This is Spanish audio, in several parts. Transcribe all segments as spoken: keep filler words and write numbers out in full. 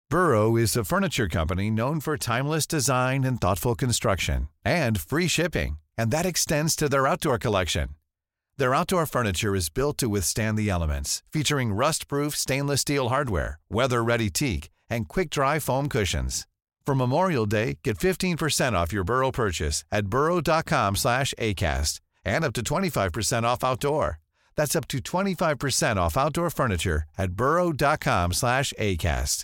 Burrow is a furniture company known for timeless design and thoughtful construction, and free shipping, and that extends to their outdoor collection. Their outdoor furniture is built to withstand the elements, featuring rust-proof stainless steel hardware, weather-ready teak, and quick-dry foam cushions. For Memorial Day, get fifteen percent off your Burrow purchase at burrow.com slash ACAST and up to twenty-five percent off outdoor. That's up to twenty-five percent off outdoor furniture at burrow.com slash ACAST.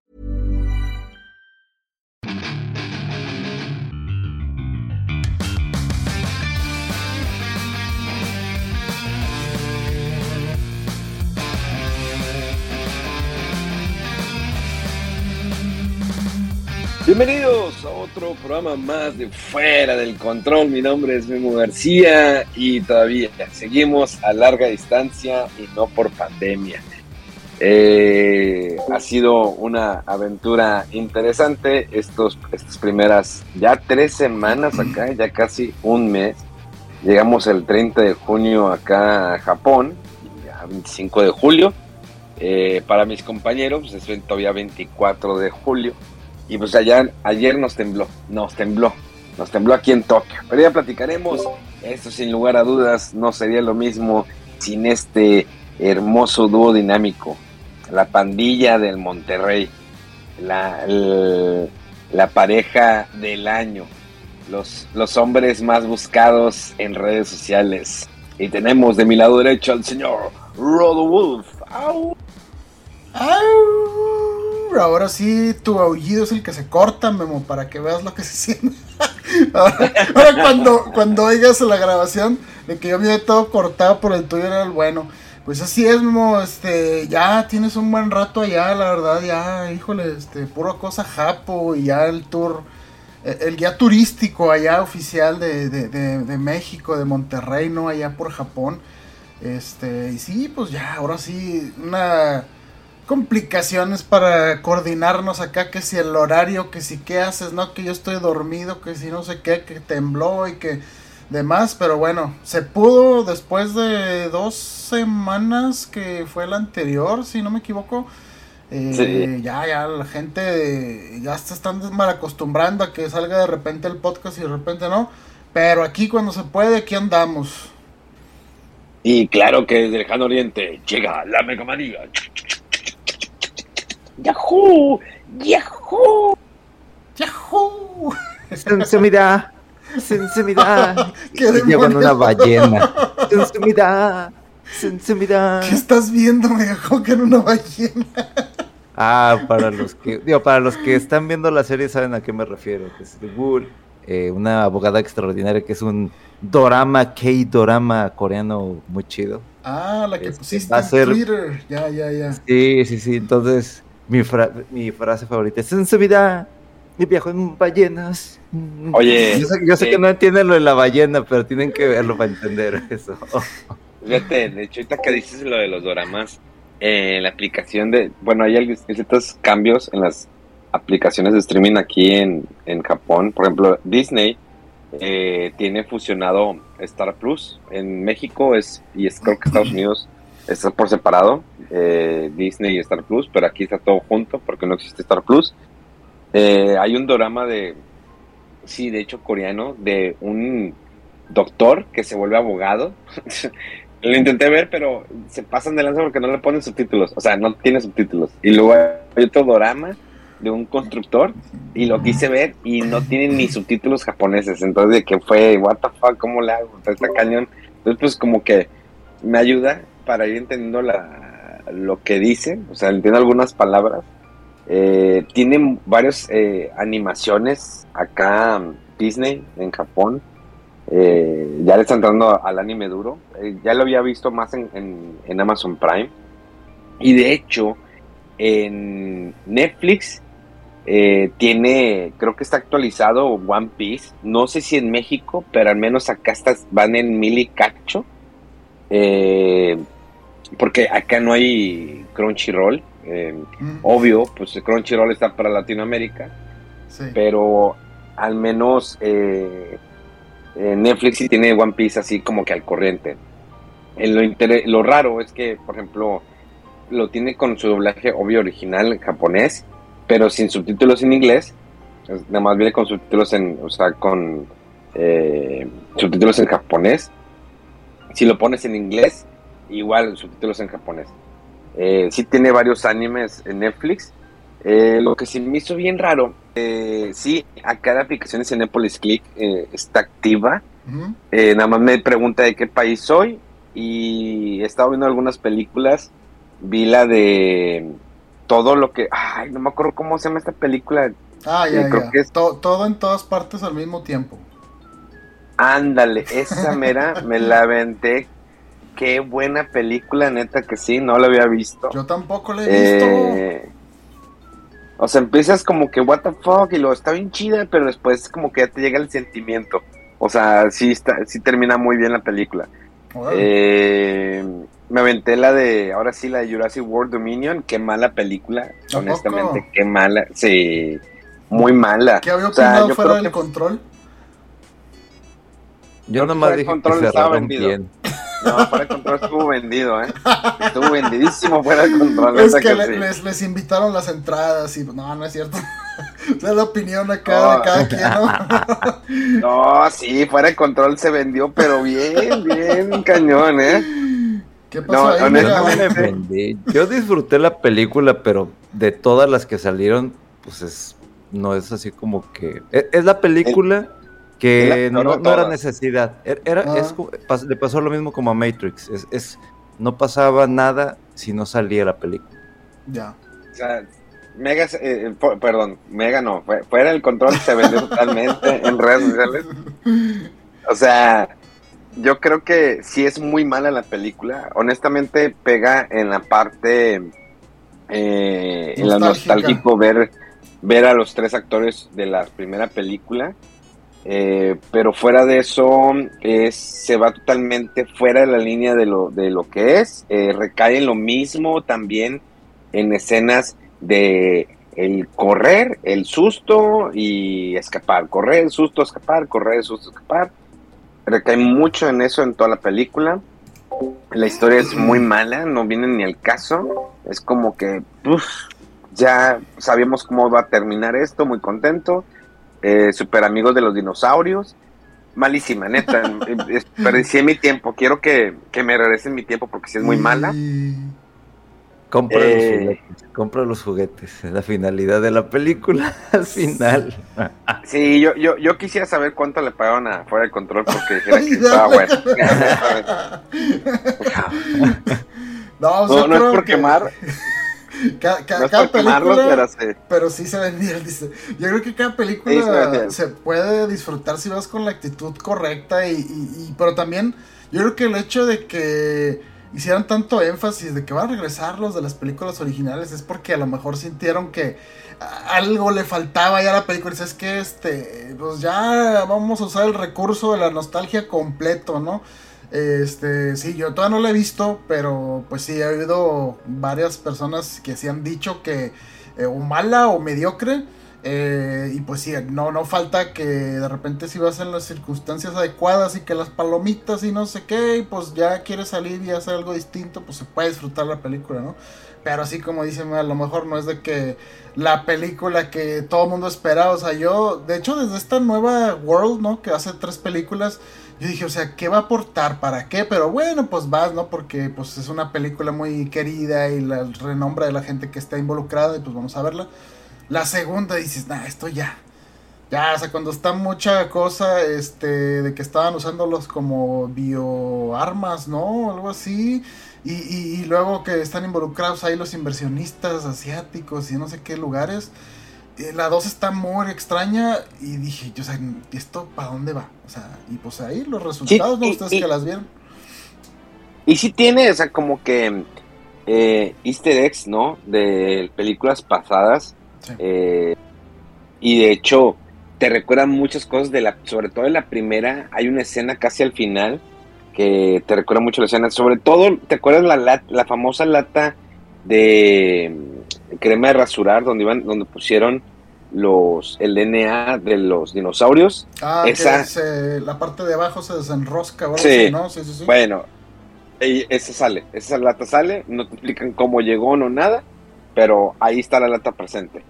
Bienvenidos a otro programa más de Fuera del Control. Mi nombre es Memo García y todavía seguimos a larga distancia y no por pandemia. Eh, ha sido una aventura interesante estos, estas primeras ya tres semanas acá, ya casi un mes. Llegamos el treinta de junio acá a Japón, ya veinticinco de julio. Eh, para mis compañeros pues es todavía veinticuatro de julio. Y pues allá, ayer nos tembló, nos tembló, nos tembló aquí en Tokio. Pero ya platicaremos, esto sin lugar a dudas no sería lo mismo sin este hermoso dúo dinámico. La pandilla del Monterrey, la, la, la pareja del año, los, los hombres más buscados en redes sociales. Y tenemos de mi lado derecho al señor Rodo Wolf. ¡Au! ¡Au! Ahora sí, tu aullido es el que se corta, Memo, para que veas lo que se siente. Ahora, ahora cuando, cuando oigas la grabación de que yo me había todo cortado por el tuyo era el bueno. Pues así es, Memo, este, ya tienes un buen rato allá, la verdad, ya, híjole, este, pura cosa japo, y ya el tour, el, el guía turístico allá oficial de, de, de, de México, de Monterrey, ¿no? Allá por Japón. Este, y sí, pues ya, ahora sí, una... complicaciones para coordinarnos acá, que si el horario, que si qué haces, no, que yo estoy dormido, que si no sé qué, que tembló y que demás, pero bueno, se pudo después de dos semanas que fue la anterior, si no me equivoco. Eh, sí. Ya, ya la gente ya se están mal acostumbrando a que salga de repente el podcast y de repente no, pero aquí cuando se puede, aquí andamos. Y claro que desde el lejano oriente llega la megamanía. ¡Yahoo! ¡Yahoo! ¡Yahoo! ¡Sensumida! ¡Sensumida! Llegó en una ballena. ¡Sensumida! ¡Sensumida! ¿Qué estás viendo? Me dejó que en una ballena. Ah, para los que digo, para los que están viendo la serie saben a qué me refiero. Que es The Bull, eh, una abogada extraordinaria que es un dorama, K-dorama coreano muy chido. Ah, la que este, pusiste en ser... Twitter. Ya, ya, ya. Sí, sí, sí. Entonces... Mi, fra- mi frase favorita es: en su vida, mi viajo en ballenas. Oye, yo sé, yo sé eh, que no entienden lo de la ballena, pero tienen que verlo para entender eso. Fíjate, de hecho, ahorita que dices lo de los doramas, eh, la aplicación de, bueno, hay ciertos cambios en las aplicaciones de streaming aquí en, en Japón. Por ejemplo, Disney eh, tiene fusionado Star Plus. En México es, y es creo que Estados Unidos está por separado, eh, Disney y Star Plus, pero aquí está todo junto porque no existe Star Plus. Eh, hay un dorama de, sí, de hecho coreano, de un doctor que se vuelve abogado. Lo intenté ver, pero se pasan de lanza porque no le ponen subtítulos, o sea, no tiene subtítulos. Y luego hay otro dorama de un constructor y lo quise ver y no tiene ni subtítulos japoneses. Entonces, de que fue, what the fuck, ¿cómo le hago? Está cañón. Entonces, pues como que me ayuda para ir entendiendo la, lo que dice, o sea, entiendo algunas palabras. Eh, tiene varias eh, animaciones acá Disney en Japón. Eh, ya le están dando al anime duro. Eh, ya lo había visto más en, en, en Amazon Prime. Y de hecho, en Netflix eh, tiene, creo que está actualizado One Piece. No sé si en México, pero al menos acá está, van en mil y cacho. Eh, porque acá no hay Crunchyroll. Eh, mm. Obvio, pues Crunchyroll está para Latinoamérica. Sí. Pero al menos eh, eh, Netflix sí tiene One Piece así como que al corriente. En lo, inter- lo raro es que, por ejemplo, lo tiene con su doblaje obvio original japonés, pero sin subtítulos en inglés. Nada más viene con subtítulos en, o sea, con eh, subtítulos en japonés. Si lo pones en inglés, igual subtítulos en japonés. Eh, sí tiene varios animes en Netflix. Eh, lo que se me hizo bien raro, eh, sí, acá la aplicación de Cinépolis Click eh, está activa. Uh-huh. Eh, nada más me pregunta de qué país soy y he estado viendo algunas películas. Vi la de todo lo que... Ay, no me acuerdo cómo se llama esta película. Ah, ya, eh, creo ya. Que es... To- todo en todas partes al mismo tiempo. Ándale, esa mera me la aventé. Qué buena película, neta que sí, no la había visto. Yo tampoco la he visto. Eh, o sea, empiezas como que what the fuck y luego está bien chida, pero después como que ya te llega el sentimiento. O sea, sí está, sí termina muy bien la película. Eh, me aventé la de, ahora sí, la de Jurassic World Dominion. Qué mala película, honestamente, qué mala. Sí, muy mala. ¿Qué había opinado o sea, fuera del que... control? Yo nomás dije que cerraron bien. No, fuera de control estuvo vendido, ¿eh? Estuvo vendidísimo fuera de control. Es que, que le, sí. les, les invitaron las entradas y no, no es cierto. O sea, la opinión acá no. de cada quien, ¿no? No, sí, fuera de control se vendió, pero bien, bien cañón, ¿eh? ¿Qué pasó no, ahí? Honestamente, yo disfruté la película, pero de todas las que salieron, pues es, no es así como que... Es, es la película... El... que no, no era necesidad, era, ah. es, pas, le pasó lo mismo como a Matrix, es, es no pasaba nada si no salía la película. Ya. O sea, Mega, eh, perdón, Mega no, fuera el control se vendió totalmente en redes sociales. O sea, yo creo que sí es muy mala la película, honestamente pega en la parte, eh, en lo nostálgico ver, ver a los tres actores de la primera película. Eh, pero fuera de eso es, se va totalmente fuera de la línea de lo, de lo que es, eh, recae en lo mismo también en escenas de el correr, el susto y escapar, correr, el susto, escapar, correr, el susto, escapar, recae mucho en eso en toda la película. La historia es muy mala, no viene ni al caso, es como que uf, ya sabíamos cómo va a terminar esto, muy contento. Eh, super amigos de los dinosaurios, malísima, neta, desperdicié mi tiempo, quiero que, que me regresen mi tiempo porque si es muy mala. Compra eh, los juguetes, compra los juguetes, es la finalidad de la película, al final. Sí, yo, yo, yo quisiera saber cuánto le pagaron a Fuera de Control porque dijera que estaba bueno. No, no, no es por que... quemar. Cada, cada, no cada película, pero sí. pero sí se vendía, dice. Yo creo que cada película sí, se, se puede disfrutar si vas con la actitud correcta y, y, y, pero también yo creo que el hecho de que hicieran tanto énfasis de que van a regresar los de las películas originales es porque a lo mejor sintieron que algo le faltaba ya a la película. Es que este, pues ya vamos a usar el recurso de la nostalgia completo, ¿no? Este, sí, yo todavía no la he visto, pero pues sí, ha habido varias personas que sí han dicho que eh, o mala o mediocre, eh, y pues sí, no, no falta que de repente si vas en las circunstancias adecuadas y que las palomitas y no sé qué, y pues ya quieres salir y hacer algo distinto, pues se puede disfrutar la película, ¿no? Pero así como dicen, a lo mejor no es de que la película que todo el mundo espera, o sea, yo, de hecho desde esta nueva World, ¿no? Que hace tres películas, yo dije, o sea, ¿qué va a aportar? ¿Para qué? Pero bueno, pues vas, ¿no? Porque pues es una película muy querida y la, el renombre de la gente que está involucrada y pues vamos a verla. La segunda dices, nah, esto ya. Ya, o sea, cuando está mucha cosa, este, de que estaban usándolos como bioarmas, ¿no? Algo así. Y, y, y luego que están involucrados ahí los inversionistas asiáticos y no sé qué lugares. La dos está muy extraña y dije, yo, o sea, ¿esto para dónde va? O sea, y pues ahí los resultados, sí, ¿no? Ustedes y, que las vieron. Y sí tiene, o sea, como que eh, easter eggs, ¿no? De películas pasadas. Sí. Eh, y de hecho, te recuerdan muchas cosas de la, sobre todo en la primera, hay una escena casi al final que te recuerda mucho la escena. Sobre todo, ¿te acuerdas la, la, la famosa lata de crema de rasurar donde iban, donde pusieron los el D N A de los dinosaurios? Ah, esa, que se, la parte de abajo se desenrosca, ¿verdad? Sí, ¿no? Sí, sí, sí. Bueno, esa sale, esa lata sale, no te explican cómo llegó, no nada, pero ahí está la lata presente.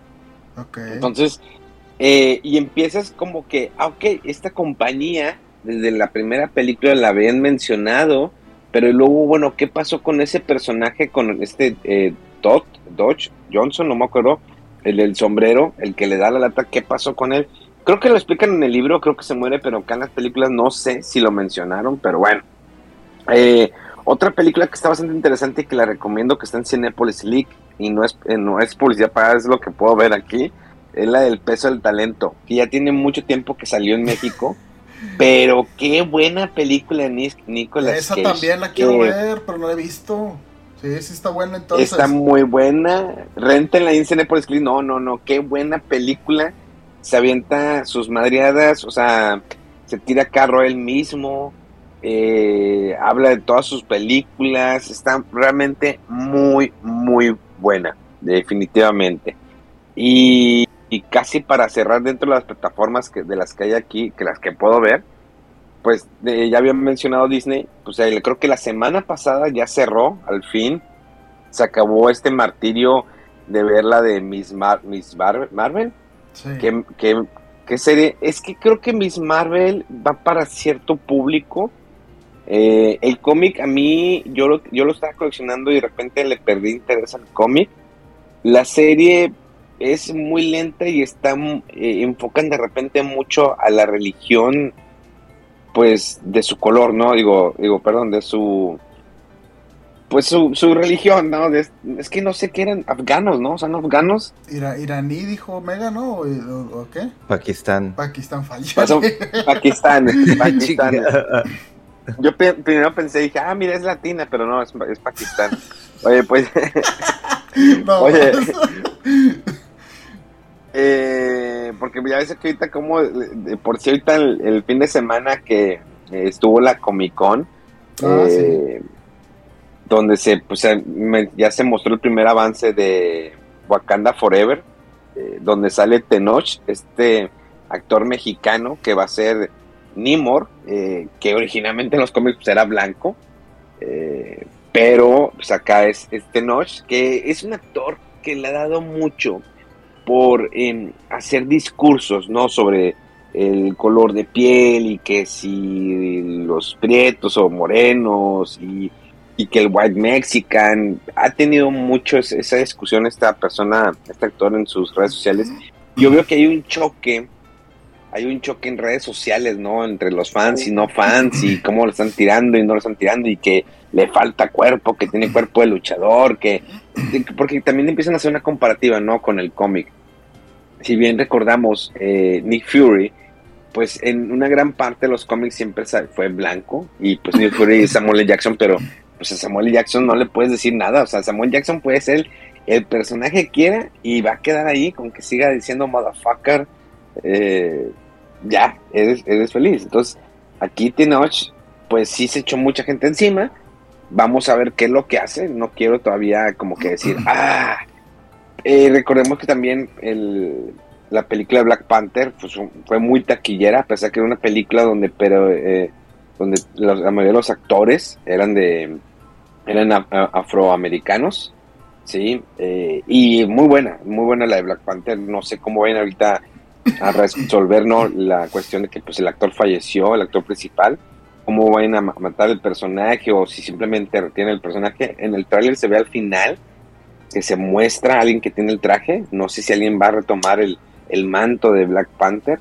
Okay. Entonces, eh, y empiezas como que, ah, ok, esta compañía, desde la primera película la habían mencionado, pero luego, bueno, ¿qué pasó con ese personaje, con este eh, Todd, Dodge, Johnson, no me acuerdo, el del sombrero, el que le da la lata, ¿qué pasó con él? Creo que lo explican en el libro, creo que se muere, pero acá en las películas no sé si lo mencionaron, pero bueno. Eh, otra película que está bastante interesante y que la recomiendo, que está en Cinepolis Click, y no es, eh, no es publicidad pagada, es lo que puedo ver aquí, es la del Peso del Talento, que ya tiene mucho tiempo que salió en México, pero qué buena película, Nicolas Esa Cage. también la quiero ver, pero no la he visto. Sí, sí está buena entonces. Está muy buena, réntenla en Cinepolis Click, no, no, no, qué buena película, se avienta sus madreadas, o sea, se tira carro él mismo, eh, habla de todas sus películas, está realmente muy, muy buena, definitivamente. Y, y casi para cerrar dentro de las plataformas que, de las que hay aquí, que las que puedo ver, pues eh, ya había mencionado Disney, pues eh, creo que la semana pasada ya cerró, al fin, se acabó este martirio de ver la de Miss, Mar- Miss Mar- Marvel. Sí. ¿Qué, qué, qué serie? Es que creo que Miss Marvel va para cierto público. Eh, el cómic a mí, yo lo, yo lo estaba coleccionando y de repente le perdí interés al cómic. La serie es muy lenta y está eh, enfocan de repente mucho a la religión, pues de su color, ¿no? Digo, digo, perdón, de su, pues su, su religión, ¿no? De, es que no sé qué eran, afganos, ¿no? ¿Son afganos? Ira, iraní dijo Omega, ¿no? ¿O, o, o qué? Pakistán. Pakistán falló. Pasó, Pakistán, Pakistán. Yo pe- primero pensé, dije, ah, mira, es latina, pero no, es, es Pakistán. Oye, pues, No. oye, eh, porque ya ves que ahorita como, eh, por si ahorita el, el fin de semana que eh, estuvo la Comic Con, Ah, eh, sí. donde se, pues, me, ya se mostró el primer avance de Wakanda Forever, eh, donde sale Tenoch, este actor mexicano que va a ser Namor, eh, que originalmente en los cómics pues, era blanco, eh, pero pues, acá es, es Tenoch, que es un actor que le ha dado mucho por eh, hacer discursos, ¿no? Sobre el color de piel y que si los prietos o morenos y, y que el white mexican, ha tenido mucho esa discusión esta persona, este actor en sus redes sociales. Yo veo que hay un choque hay un choque en redes sociales, ¿no? Entre los fans y no fans, y cómo lo están tirando y no lo están tirando, y que le falta cuerpo, que tiene cuerpo de luchador, que porque también empiezan a hacer una comparativa, ¿no? Con el cómic. Si bien recordamos, eh, Nick Fury, pues en una gran parte de los cómics siempre fue blanco, y pues Nick Fury y Samuel L. Jackson, pero pues a Samuel L. Jackson no le puedes decir nada, o sea, Samuel Jackson puede ser el, el personaje que quiera, y va a quedar ahí con que siga diciendo motherfucker, eh, ya, eres, eres feliz. Entonces, aquí Tenoch, pues sí se echó mucha gente encima. Vamos a ver qué es lo que hace. No quiero todavía como que decir, ah, eh, recordemos que también el, la película de Black Panther pues, fue muy taquillera, a pesar que era una película donde, pero, eh, donde la, la mayoría de los actores eran de, eran a, a, afroamericanos, sí, eh, y muy buena, muy buena la de Black Panther. No sé cómo ven ahorita a resolver, ¿no? La cuestión de que pues el actor falleció, el actor principal, cómo van a matar el personaje o si simplemente retiene el personaje. En el tráiler se ve al final que se muestra a alguien que tiene el traje, no sé si alguien va a retomar el, el manto de Black Panther,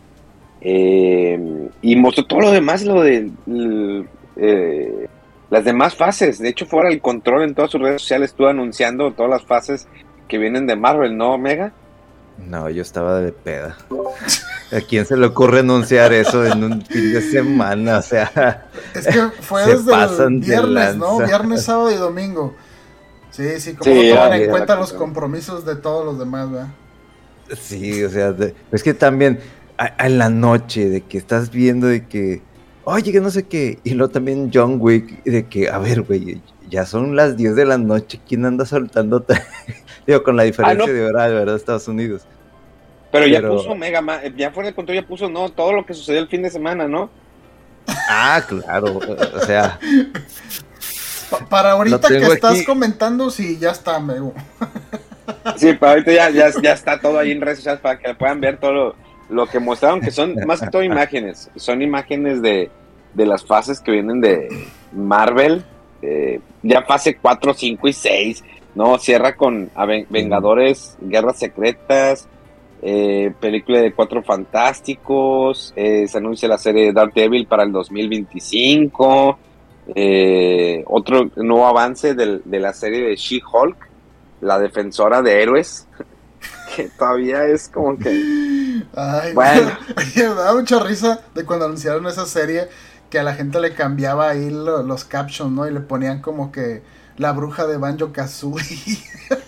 eh, y mostró todo lo demás, lo de el, eh, las demás fases. De hecho, fuera el control en todas sus redes sociales estuvo anunciando todas las fases que vienen de Marvel, ¿no, Omega? No, yo estaba de peda. ¿A quién se le ocurre anunciar eso en un fin de semana? O sea, es que fue desde el viernes, ¿no? Viernes, sábado y domingo. Sí, sí, como sí, no toman en cuenta los compromisos de todos los demás, ¿verdad? Sí, o sea, de, es que también a, a en la noche de que estás viendo de que, oye, que no sé qué, y luego también John Wick, de que, a ver, güey, ya son las diez de la noche, ¿quién anda soltando? Digo, con la diferencia ah, no. de hora, de verdad, Estados Unidos. Pero, Pero ya puso Mega Man, ya fuera del control ya puso, no, todo lo que sucedió el fin de semana, ¿no? Ah, claro, o sea... Pa- para ahorita que estás aquí comentando, sí, ya está, Mego. Sí, pero ahorita ya, ya, ya está todo ahí en redes sociales para que puedan ver todo lo, lo que mostraron, que son más que todo imágenes. Son imágenes de, de las fases que vienen de Marvel. Eh, ya fase cuatro, cinco y seis, ¿no? Cierra con Aven- Vengadores, Guerras Secretas, eh, película de Cuatro Fantásticos, eh, se anuncia la serie de Daredevil para el dos mil veinticinco, eh, otro nuevo avance del, de la serie de She-Hulk, la defensora de héroes, que todavía es como que... Ay, bueno. me da mucha risa de cuando anunciaron esa serie, que a la gente le cambiaba ahí lo, los captions, ¿no? Y le ponían como que la bruja de Banjo Kazooie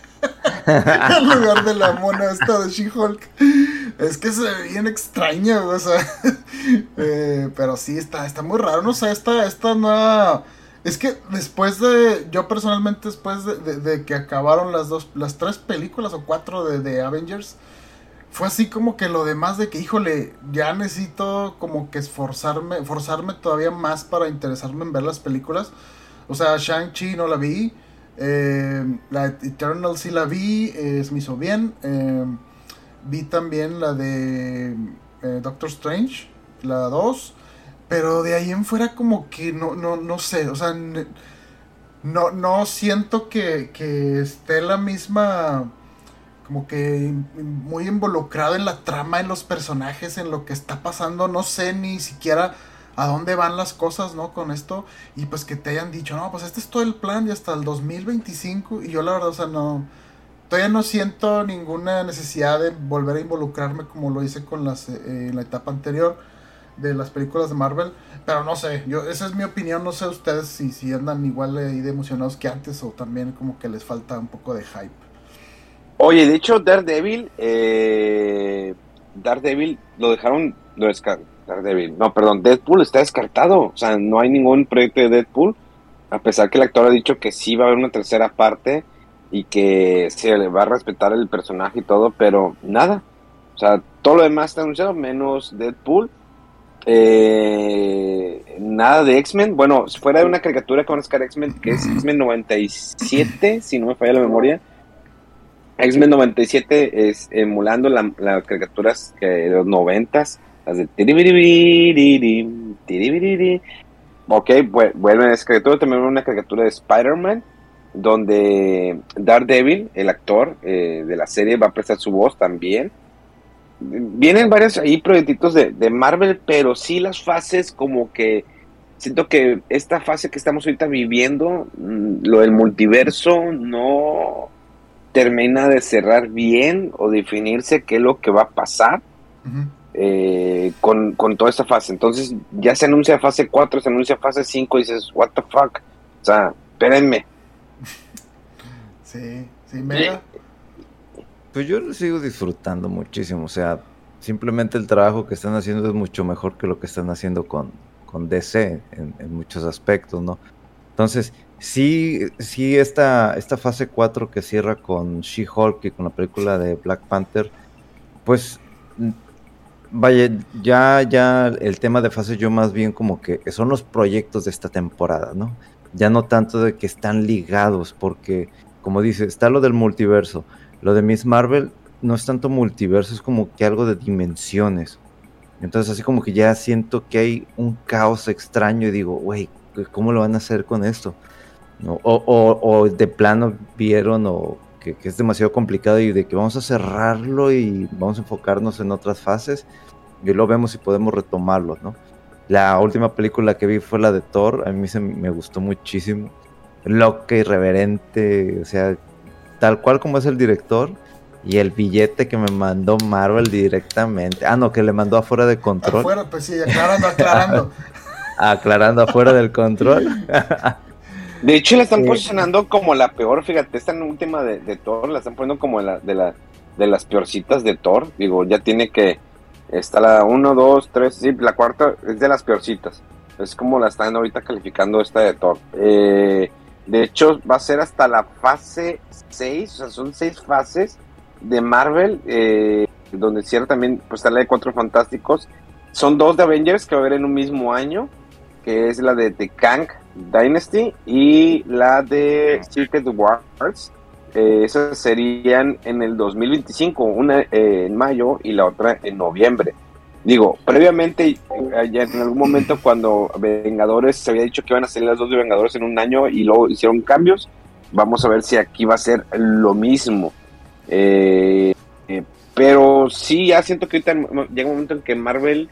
en lugar de la mona esta de She-Hulk. Es que se ve bien extraña, o sea. eh, pero sí, está, está muy raro, no sé, esta, esta nueva... Es que después de, yo personalmente después de, de, de que acabaron las dos, las tres películas o cuatro de, de Avengers, fue así como que lo demás de que, híjole, ya necesito como que esforzarme, forzarme todavía más para interesarme en ver las películas. O sea, Shang-Chi no la vi, eh, la Eternal sí la vi, eh, se me hizo bien. Eh, vi también la de eh, Doctor Strange, la dos. Pero de ahí en fuera como que no, no, no sé, o sea, no, no siento que, que esté la misma, como que muy involucrado en la trama, en los personajes, en lo que está pasando, no sé ni siquiera a dónde van las cosas, ¿no? Con esto, y pues que te hayan dicho, no, pues este es todo el plan y hasta el dos mil veinticinco, y yo la verdad, o sea, no, todavía no siento ninguna necesidad de volver a involucrarme como lo hice con las, eh, en la etapa anterior de las películas de Marvel, pero no sé, yo esa es mi opinión, no sé ustedes si, si andan igual de emocionados que antes o también como que les falta un poco de hype. Oye, de hecho Daredevil, eh, Daredevil lo dejaron, lo descartaron, Daredevil, no, perdón, Deadpool está descartado, o sea, no hay ningún proyecto de Deadpool, a pesar que el actor ha dicho que sí va a haber una tercera parte y que se le va a respetar el personaje y todo, pero nada, o sea, todo lo demás está anunciado menos Deadpool. Eh, nada de X-Men, bueno, fuera de una caricatura que van a sacar X-Men, que es X-Men noventa y siete, si no me falla la memoria. X-Men noventa y siete es emulando las la caricaturas que de los noventas, las de tiribiribiriri, tiribiriri. Ok, vuelven a esa caricatura, también una caricatura de Spider-Man, donde Daredevil, el actor eh, de la serie, va a prestar su voz también. Vienen varios ahí proyectitos de, de Marvel, pero sí las fases como que siento que esta fase que estamos ahorita viviendo, lo del multiverso no termina de cerrar bien o definirse qué es lo que va a pasar uh-huh. eh, con, con toda esta fase. Entonces ya se anuncia fase cuatro, se anuncia fase cinco y dices, what the fuck, o sea, espérenme. Sí, sí, mega. Pues yo lo sigo disfrutando muchísimo, o sea, simplemente el trabajo que están haciendo es mucho mejor que lo que están haciendo con, con D C en, en muchos aspectos, ¿no? Entonces, sí, sí esta, esta fase cuatro que cierra con She-Hulk y con la película de Black Panther, pues, vaya, ya, ya el tema de fase yo más bien como que son los proyectos de esta temporada, ¿no? Ya no tanto de que están ligados, porque, como dice, está lo del multiverso. Lo de Miss Marvel no es tanto multiverso, es como que algo de dimensiones. Entonces así como que ya siento que hay un caos extraño y digo, güey, ¿cómo lo van a hacer con esto? ¿No? O, o, o de plano vieron o que, que es demasiado complicado y de que vamos a cerrarlo y vamos a enfocarnos en otras fases y lo vemos y podemos retomarlo, ¿no? La última película que vi fue la de Thor, a mí se me gustó muchísimo. Loca, irreverente, o sea... tal cual como es el director, y el billete que me mandó Marvel directamente. Ah, no, que le mandó afuera de control. Afuera, pues sí, aclarando, aclarando. Aclarando afuera del control. De hecho, la están sí. posicionando como la peor, fíjate, esta última de, de Thor, la están poniendo como la, de, la, de las peorcitas de Thor. Digo, ya tiene que, está la uno, dos, tres, sí, la cuarta es de las peorcitas. Es como la están ahorita calificando esta de Thor. Eh... De hecho, va a ser hasta la fase seis, o sea, son seis fases de Marvel, eh, donde cierra también, pues está la de Cuatro Fantásticos. Son dos de Avengers que va a haber en un mismo año, que es la de The Kang Dynasty y la de Secret Wars, eh, esas serían en el dos mil veinticinco, una eh, en mayo y la otra en noviembre. Digo, previamente, ya en algún momento cuando Vengadores se había dicho que iban a salir las dos de Vengadores en un año y luego hicieron cambios, vamos a ver si aquí va a ser lo mismo. Eh, eh, pero sí, ya siento que ahorita llega un momento en que Marvel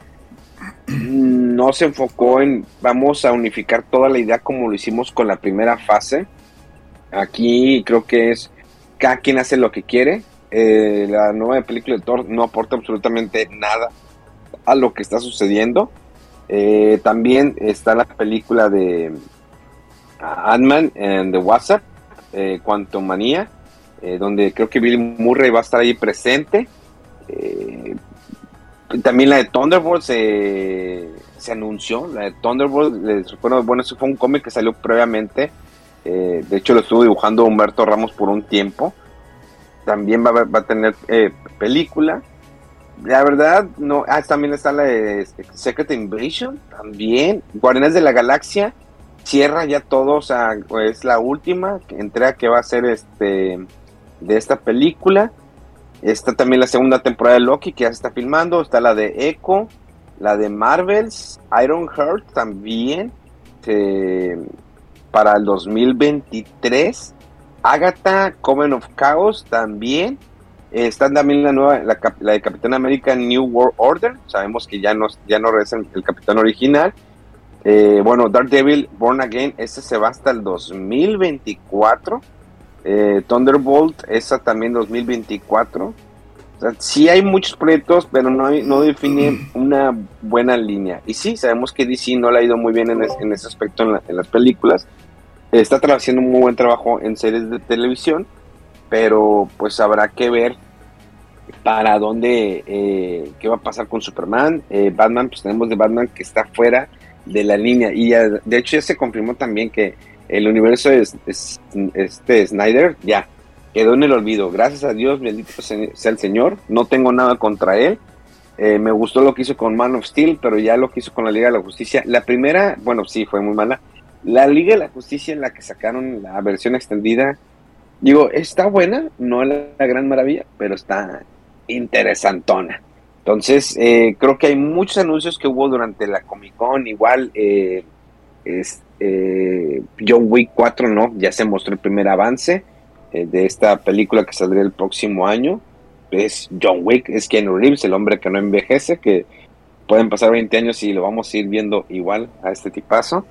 no se enfocó en vamos a unificar toda la idea como lo hicimos con la primera fase. Aquí creo que es cada quien hace lo que quiere. Eh, la nueva película de Thor no aporta absolutamente nada a lo que está sucediendo. Eh, también está la película de Ant-Man and the Wasp, eh, Quantumania, eh, donde creo que Bill Murray va a estar ahí presente. Eh, también la de Thunderbolts eh, se anunció, la de Thunderbolts, bueno, bueno, eso fue un cómic que salió previamente, eh, de hecho lo estuvo dibujando Humberto Ramos por un tiempo. También va a, va a tener eh, película. La verdad, no. Ah, también está la de Secret Invasion. También. Guardianes de la Galaxia. Cierra ya todo. O sea, es la última entrega que va a ser este de esta película. Está también la segunda temporada de Loki que ya se está filmando. Está la de Echo. La de Marvels. Ironheart también. Eh, para el dos mil veintitrés. Agatha, Coven of Chaos también. Eh, está también la nueva, la, la de Capitán América New World Order. Sabemos que ya no, ya no regresa el Capitán original. Eh, bueno, Daredevil Born Again, ese se va hasta el dos mil veinticuatro. Eh, Thunderbolt, esa también dos mil veinticuatro. O sea, sí hay muchos proyectos, pero no, hay, no define una buena línea. Y sí, sabemos que D C no le ha ido muy bien en, es, en ese aspecto en, la, en las películas. Está haciendo un muy buen trabajo en series de televisión, pero pues habrá que ver para dónde, eh, qué va a pasar con Superman. eh, Batman, pues tenemos de Batman que está fuera de la línea, y ya, de hecho ya se confirmó también que el universo de es, es, este Snyder ya quedó en el olvido. Gracias a Dios, bendito sea el Señor, no tengo nada contra él. Eh, me gustó lo que hizo con Man of Steel, pero ya lo que hizo con la Liga de la Justicia, la primera, bueno, sí, fue muy mala. La Liga de la Justicia, en la que sacaron la versión extendida, digo, está buena, no es la, la gran maravilla, pero está interesantona. Entonces, eh, creo que hay muchos anuncios que hubo durante la Comic Con. Igual, eh, es, eh, John Wick cuatro, ¿no? Ya se mostró el primer avance eh, de esta película que saldría el próximo año. Es John Wick, es Keanu Reeves, el hombre que no envejece, que pueden pasar veinte años y lo vamos a ir viendo igual a este tipazo.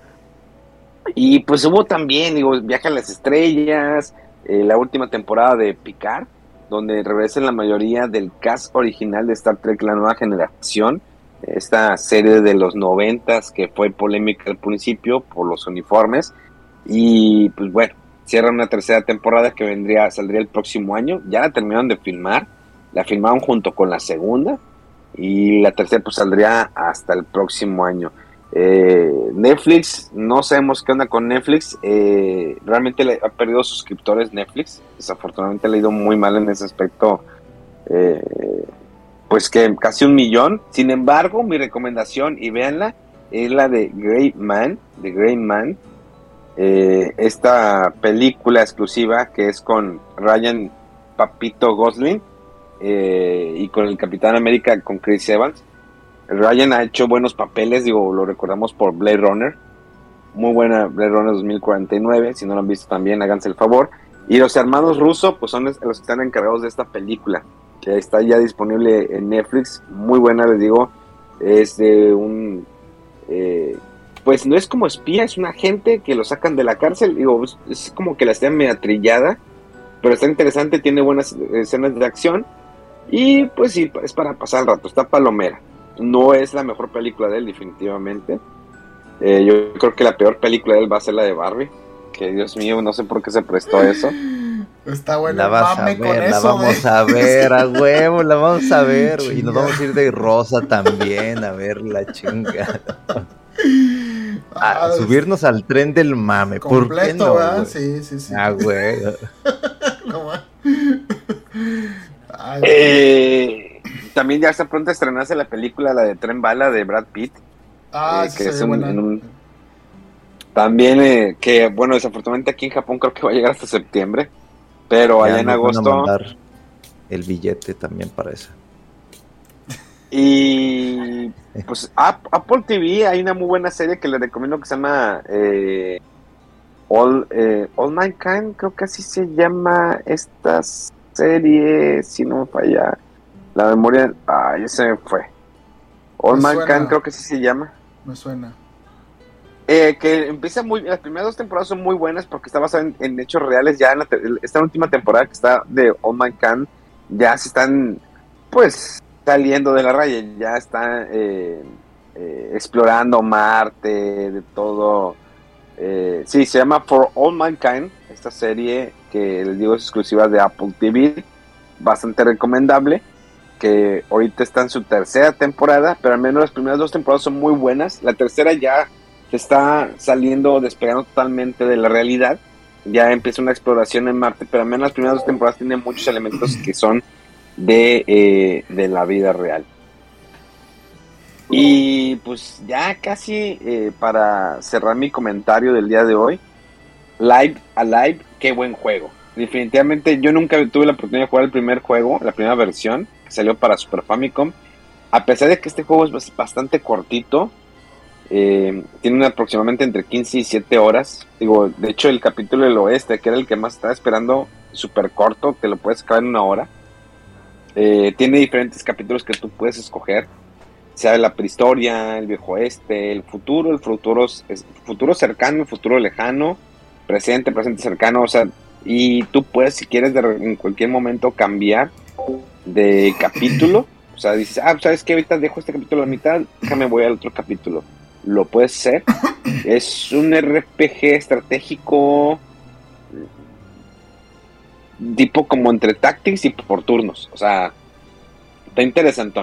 Y pues hubo también, digo, Viaje a las Estrellas, eh, la última temporada de Picard, donde regresan la mayoría del cast original de Star Trek, la nueva generación, esta serie de los noventas que fue polémica al principio por los uniformes, y pues bueno, cierra una tercera temporada que vendría, saldría el próximo año. Ya la terminaron de filmar, la filmaron junto con la segunda, y la tercera pues saldría hasta el próximo año. Eh, Netflix, no sabemos qué onda con Netflix. Eh, realmente le ha perdido suscriptores Netflix, desafortunadamente le ha ido muy mal en ese aspecto, eh, pues que casi un millón. Sin embargo, mi recomendación, y véanla, es la de Gray Man, de Gray Man, eh, esta película exclusiva que es con Ryan Papito Gosling, eh, y con el Capitán América, con Chris Evans. Ryan ha hecho buenos papeles, digo, lo recordamos por Blade Runner, muy buena Blade Runner dos mil cuarenta y nueve, si no lo han visto también, háganse el favor. Y los hermanos Russo, pues son los que están encargados de esta película, que está ya disponible en Netflix, muy buena, les digo, es de un, eh, pues no es como espía, es un agente que lo sacan de la cárcel, digo, es, es como que la escena media trillada, pero está interesante, tiene buenas escenas de acción, y pues sí, es para pasar el rato, está palomera. No es la mejor película de él, definitivamente. Eh, yo creo que la peor película de él va a ser la de Barbie. Que Dios mío, no sé por qué se prestó eso. Está bueno, la vas a ver, con la eso, vamos de... a ver, a huevo, la vamos a ver, güey. Y nos vamos a ir de rosa también, a ver la chinga. A ah, subirnos al tren del mame. Completo, ¿por qué no, ¿verdad? Sí, sí, sí. Ah, güey. No, Ay, eh... También ya está pronto a estrenarse la película, la de Tren Bala de Brad Pitt. Ah, eh, sí, que sí, es un, buena. En un, también, eh, que bueno, desafortunadamente aquí en Japón creo que va a llegar hasta septiembre. Pero Ya allá en nos van a agosto. mandar el billete también para eso. Y pues Ap- Apple T V, hay una muy buena serie que les recomiendo que se llama eh, All, eh, All Mankind, creo que así se llama esta serie, si no me falla la memoria. Ah, ya se me fue. All Me Mankind, suena. creo que así se llama. Me suena. Eh, que empieza muy, las primeras dos temporadas son muy buenas porque está basada en, en hechos reales. Ya en la te- esta última temporada que está de All Mankind, ya se están, pues, saliendo de la raya, ya están eh, eh, explorando Marte, de todo. Eh, sí, se llama For All Mankind, esta serie que les digo es exclusiva de Apple T V, bastante recomendable, que ahorita está en su tercera temporada, pero al menos las primeras dos temporadas son muy buenas. La tercera ya se está saliendo, despegando totalmente de la realidad, ya empieza una exploración en Marte, pero al menos las primeras dos temporadas tienen muchos elementos que son de, eh, de la vida real. Y pues ya casi eh, para cerrar mi comentario del día de hoy, Live Alive, qué buen juego. Definitivamente yo nunca tuve la oportunidad de jugar el primer juego, la primera versión que salió para Super Famicom. A pesar de que este juego es bastante cortito, eh, tiene una aproximadamente entre quince y siete horas. Digo, de hecho el capítulo del oeste, que era el que más estaba esperando, súper corto, te lo puedes acabar en una hora. Eh, tiene diferentes capítulos que tú puedes escoger, sea la prehistoria, el viejo oeste, el futuro, el futuro, el futuro cercano, el futuro lejano, presente, presente cercano, o sea, y tú puedes, si quieres, de, en cualquier momento cambiar de capítulo. O sea, dices, ah, ¿sabes qué? Ahorita dejo este capítulo a la mitad, déjame voy al otro capítulo. Lo puedes hacer. Es un R P G estratégico tipo como entre tactics y por turnos. O sea, está interesantón.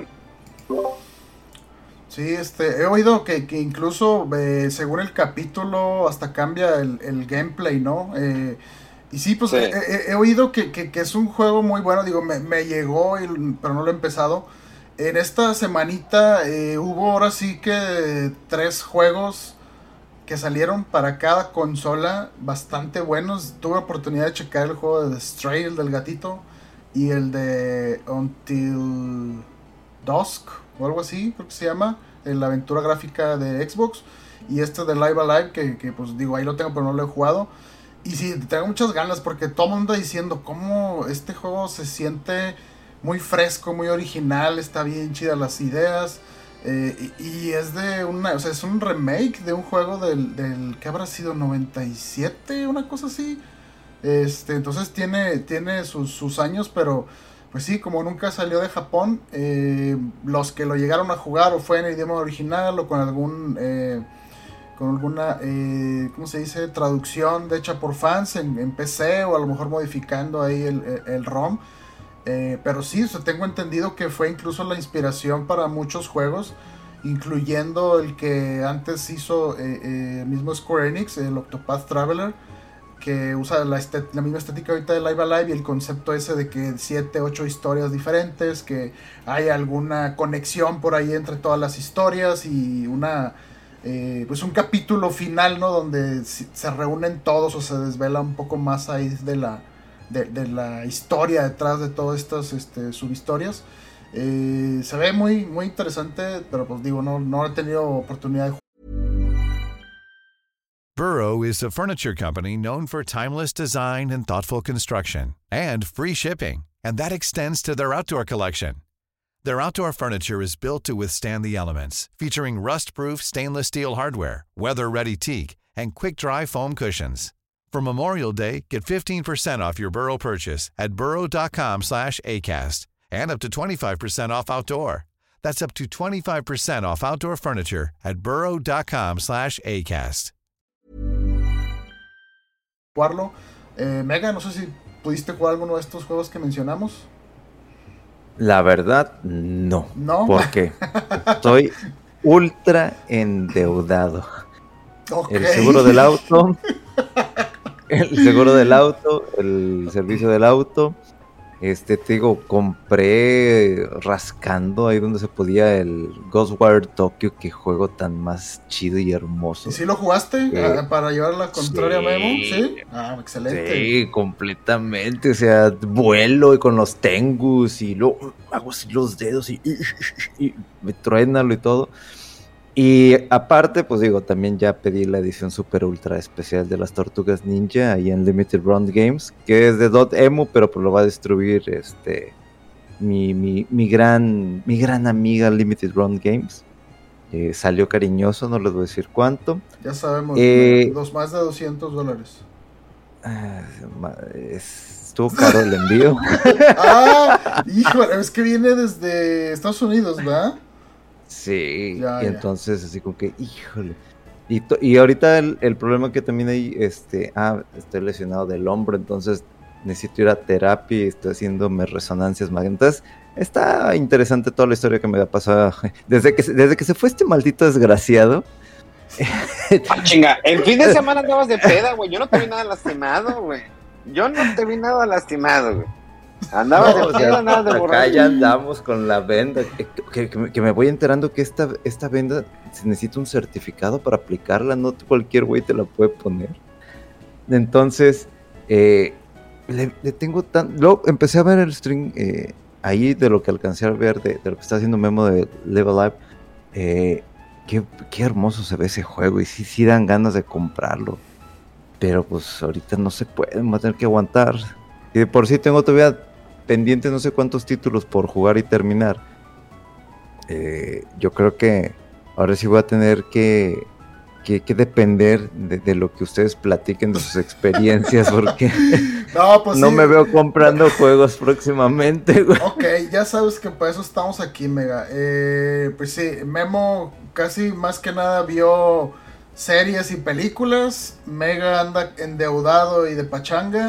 Sí, este, he oído que, que incluso eh, según el capítulo hasta cambia el, el gameplay, ¿no? Eh, y sí, pues Sí. He, he- he oído que, que- que es un juego muy bueno, digo, me, me llegó, y- pero no lo he empezado. En esta semanita eh, hubo ahora sí que tres juegos que salieron para cada consola bastante buenos. Tuve oportunidad de checar el juego de The Stray, el del gatito, y el de Until Dusk o algo así, creo que se llama, eh, la aventura gráfica de Xbox. Y este de Live Alive, que, que pues digo, ahí lo tengo, pero no lo he jugado. Y sí, tengo muchas ganas porque todo el mundo está diciendo cómo este juego se siente muy fresco, muy original, está bien chidas las ideas. Eh, y, y es de una, o sea, es un remake de un juego del, del ¿qué habrá sido? noventa y siete, una cosa así. Este, entonces tiene, tiene sus, sus años, pero pues sí, como nunca salió de Japón, eh, los que lo llegaron a jugar o fue en el idioma original o con algún, eh, con alguna, eh, ¿cómo se dice? Traducción de hecha por fans en, en P C o a lo mejor modificando ahí el, el, el ROM. Eh, pero sí, o sea, tengo entendido que fue incluso la inspiración para muchos juegos, incluyendo el que antes hizo eh, eh, el mismo Square Enix, el Octopath Traveler, que usa la, estet- la misma estética ahorita de Live Alive y el concepto ese de que siete, ocho historias diferentes, que hay alguna conexión por ahí entre todas las historias y una eh, pues un capítulo final, ¿no? Donde si- se reúnen todos o se desvela un poco más ahí de la de, de la historia detrás de todas estas este, subhistorias. Eh, se ve muy muy interesante, pero pues digo, no, no he tenido oportunidad de. Burrow is a furniture company known for timeless design and thoughtful construction, and free shipping, and that extends to their outdoor collection. Their outdoor furniture is built to withstand the elements, featuring rust-proof stainless steel hardware, weather-ready teak, and quick-dry foam cushions. For Memorial Day, get fifteen percent off your Burrow purchase at burrow.com slash ACAST and up to twenty-five percent off outdoor. That's up to twenty-five percent off outdoor furniture at burrow.com slash ACAST. Jugarlo. Eh, Mega, no sé si pudiste jugar alguno de estos juegos que mencionamos. La verdad, no. ¿No? Porque estoy ultra endeudado. Okay. El seguro del auto, el seguro del auto, el servicio del auto, Este, te digo, compré rascando ahí donde se podía el Ghostwire Tokyo, que juego tan más chido y hermoso. ¿Y si lo jugaste Eh, ah, para llevar la contraria sí. a Memo? Sí. Ah, excelente. Sí, completamente, o sea, vuelo y con los tengus y luego hago así los dedos y, y, y me truénalo y todo. Y aparte, pues digo, también ya pedí la edición super ultra especial de las Tortugas Ninja ahí en Limited Run Games, que es de Dotemu, pero pues lo va a distribuir este mi, mi, mi gran mi gran amiga Limited Run Games. Eh, salió cariñoso, no les voy a decir cuánto. Ya sabemos, Eh, dos, más de doscientos dólares. Ah, ma- es- estuvo caro el envío. Ah, híjole, es que viene desde Estados Unidos, ¿verdad? Sí, Ya, y ya. entonces así como que, híjole. Y, to- y ahorita el, el problema que también hay, este, ah, estoy lesionado del hombro, entonces necesito ir a terapia y estoy haciéndome resonancias magnéticas. Entonces, está interesante toda la historia que me ha pasado desde que, se- desde que se fue este maldito desgraciado. Ah, chinga, el fin de semana andabas de peda, güey. Yo no te vi nada lastimado, güey. Yo no te vi nada lastimado, güey. Andabas No, de o sea, peda, andabas de acá borracho. ya andamos con la venda. Que, que- que me, que me voy enterando que esta, esta venda se necesita un certificado para aplicarla. No cualquier güey te la puede poner. Entonces, eh, le, le tengo tan. Luego empecé a ver el stream eh, ahí de lo que alcancé a ver de, de lo que está haciendo Memo de Live Alive. Eh, qué, qué hermoso se ve ese juego. Y sí, sí dan ganas de comprarlo. Pero pues ahorita no se puede, vamos a tener que aguantar. Y de por sí tengo todavía pendiente no sé cuántos títulos por jugar y terminar. Eh, yo creo que ahora sí voy a tener que, que, que depender de, de lo que ustedes platiquen de sus experiencias, porque No, pues no sí. me veo comprando juegos próximamente, güey. Ok, ya sabes que para eso estamos aquí, Mega. Eh, pues sí, Memo casi más que nada vio series y películas. Mega anda endeudado y de pachanga.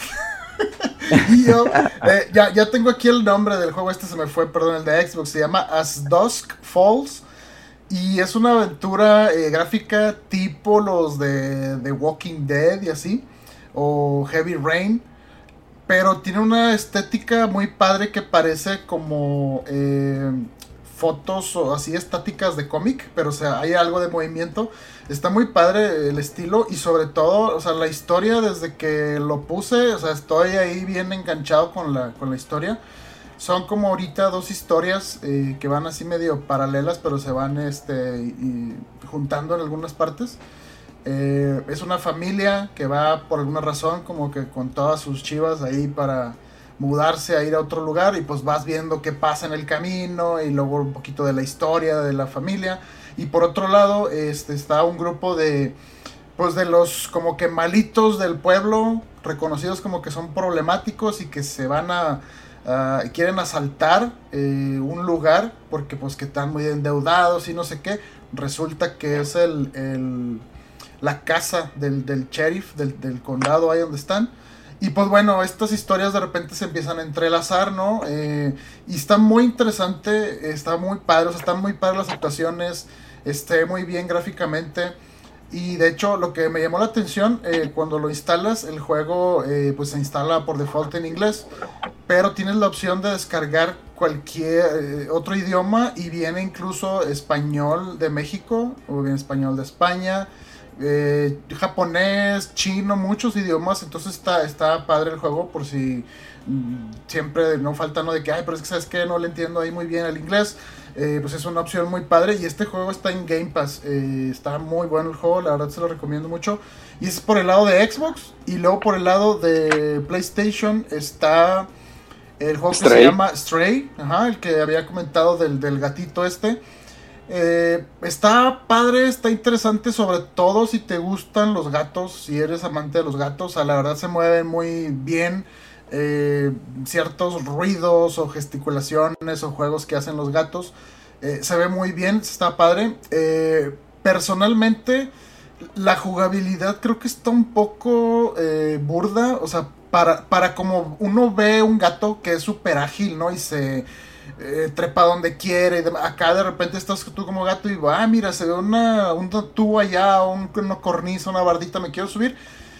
Y yo, eh, ya, ya tengo aquí el nombre del juego, este se me fue, perdón, el de Xbox, se llama As Dusk Falls. Y es una aventura eh, gráfica tipo los de, de Walking Dead y así, o Heavy Rain. Pero tiene una estética muy padre que parece como eh, fotos o así estáticas de cómic, pero o sea, hay algo de movimiento. Está muy padre el estilo y sobre todo, o sea, la historia desde que lo puse, o sea, estoy ahí bien enganchado con la, con la historia. Son como ahorita dos historias eh, que van así medio paralelas, pero se van este, y, juntando en algunas partes. Eh, es una familia que va por alguna razón como que con todas sus chivas ahí para mudarse a ir a otro lugar y pues vas viendo qué pasa en el camino y luego un poquito de la historia de la familia. Y por otro lado este, está un grupo de pues de los como que malitos del pueblo, reconocidos como que son problemáticos y que se van a Uh, quieren asaltar eh, un lugar porque pues que están muy endeudados y no sé qué. Resulta que es el, el la casa del, del sheriff del, del condado ahí donde están. Y pues bueno, estas historias de repente se empiezan a entrelazar, ¿no? Eh, y está muy interesante, está muy padre, o sea, están muy padres las actuaciones, esté muy bien gráficamente. Y de hecho lo que me llamó la atención, eh, cuando lo instalas, el juego eh, pues se instala por default en inglés, pero tienes la opción de descargar cualquier eh, otro idioma y viene incluso español de México, o bien español de España, eh, japonés, chino, muchos idiomas. Entonces está, está padre el juego por si mm, siempre no falta no de que, ay, pero es que sabes que no le entiendo ahí muy bien el inglés. Eh, pues es una opción muy padre y este juego está en Game Pass, eh, está muy bueno el juego, la verdad se lo recomiendo mucho. Y es por el lado de Xbox y luego por el lado de PlayStation está el juego Stray. que se llama Stray, ajá, el que había comentado del, del gatito este. Eh, está padre, está interesante, sobre todo si te gustan los gatos, si eres amante de los gatos, a la verdad se mueven muy bien. Eh, ciertos ruidos o gesticulaciones o juegos que hacen los gatos, eh, se ve muy bien, está padre. Eh, personalmente la jugabilidad creo que está un poco eh, burda, o sea, para, para como uno ve un gato que es súper ágil, ¿no? Y se eh, trepa donde quiere, y de, acá de repente estás tú como gato y ah, mira, se ve una, un tubo allá, un, una cornisa, una bardita, me quiero subir.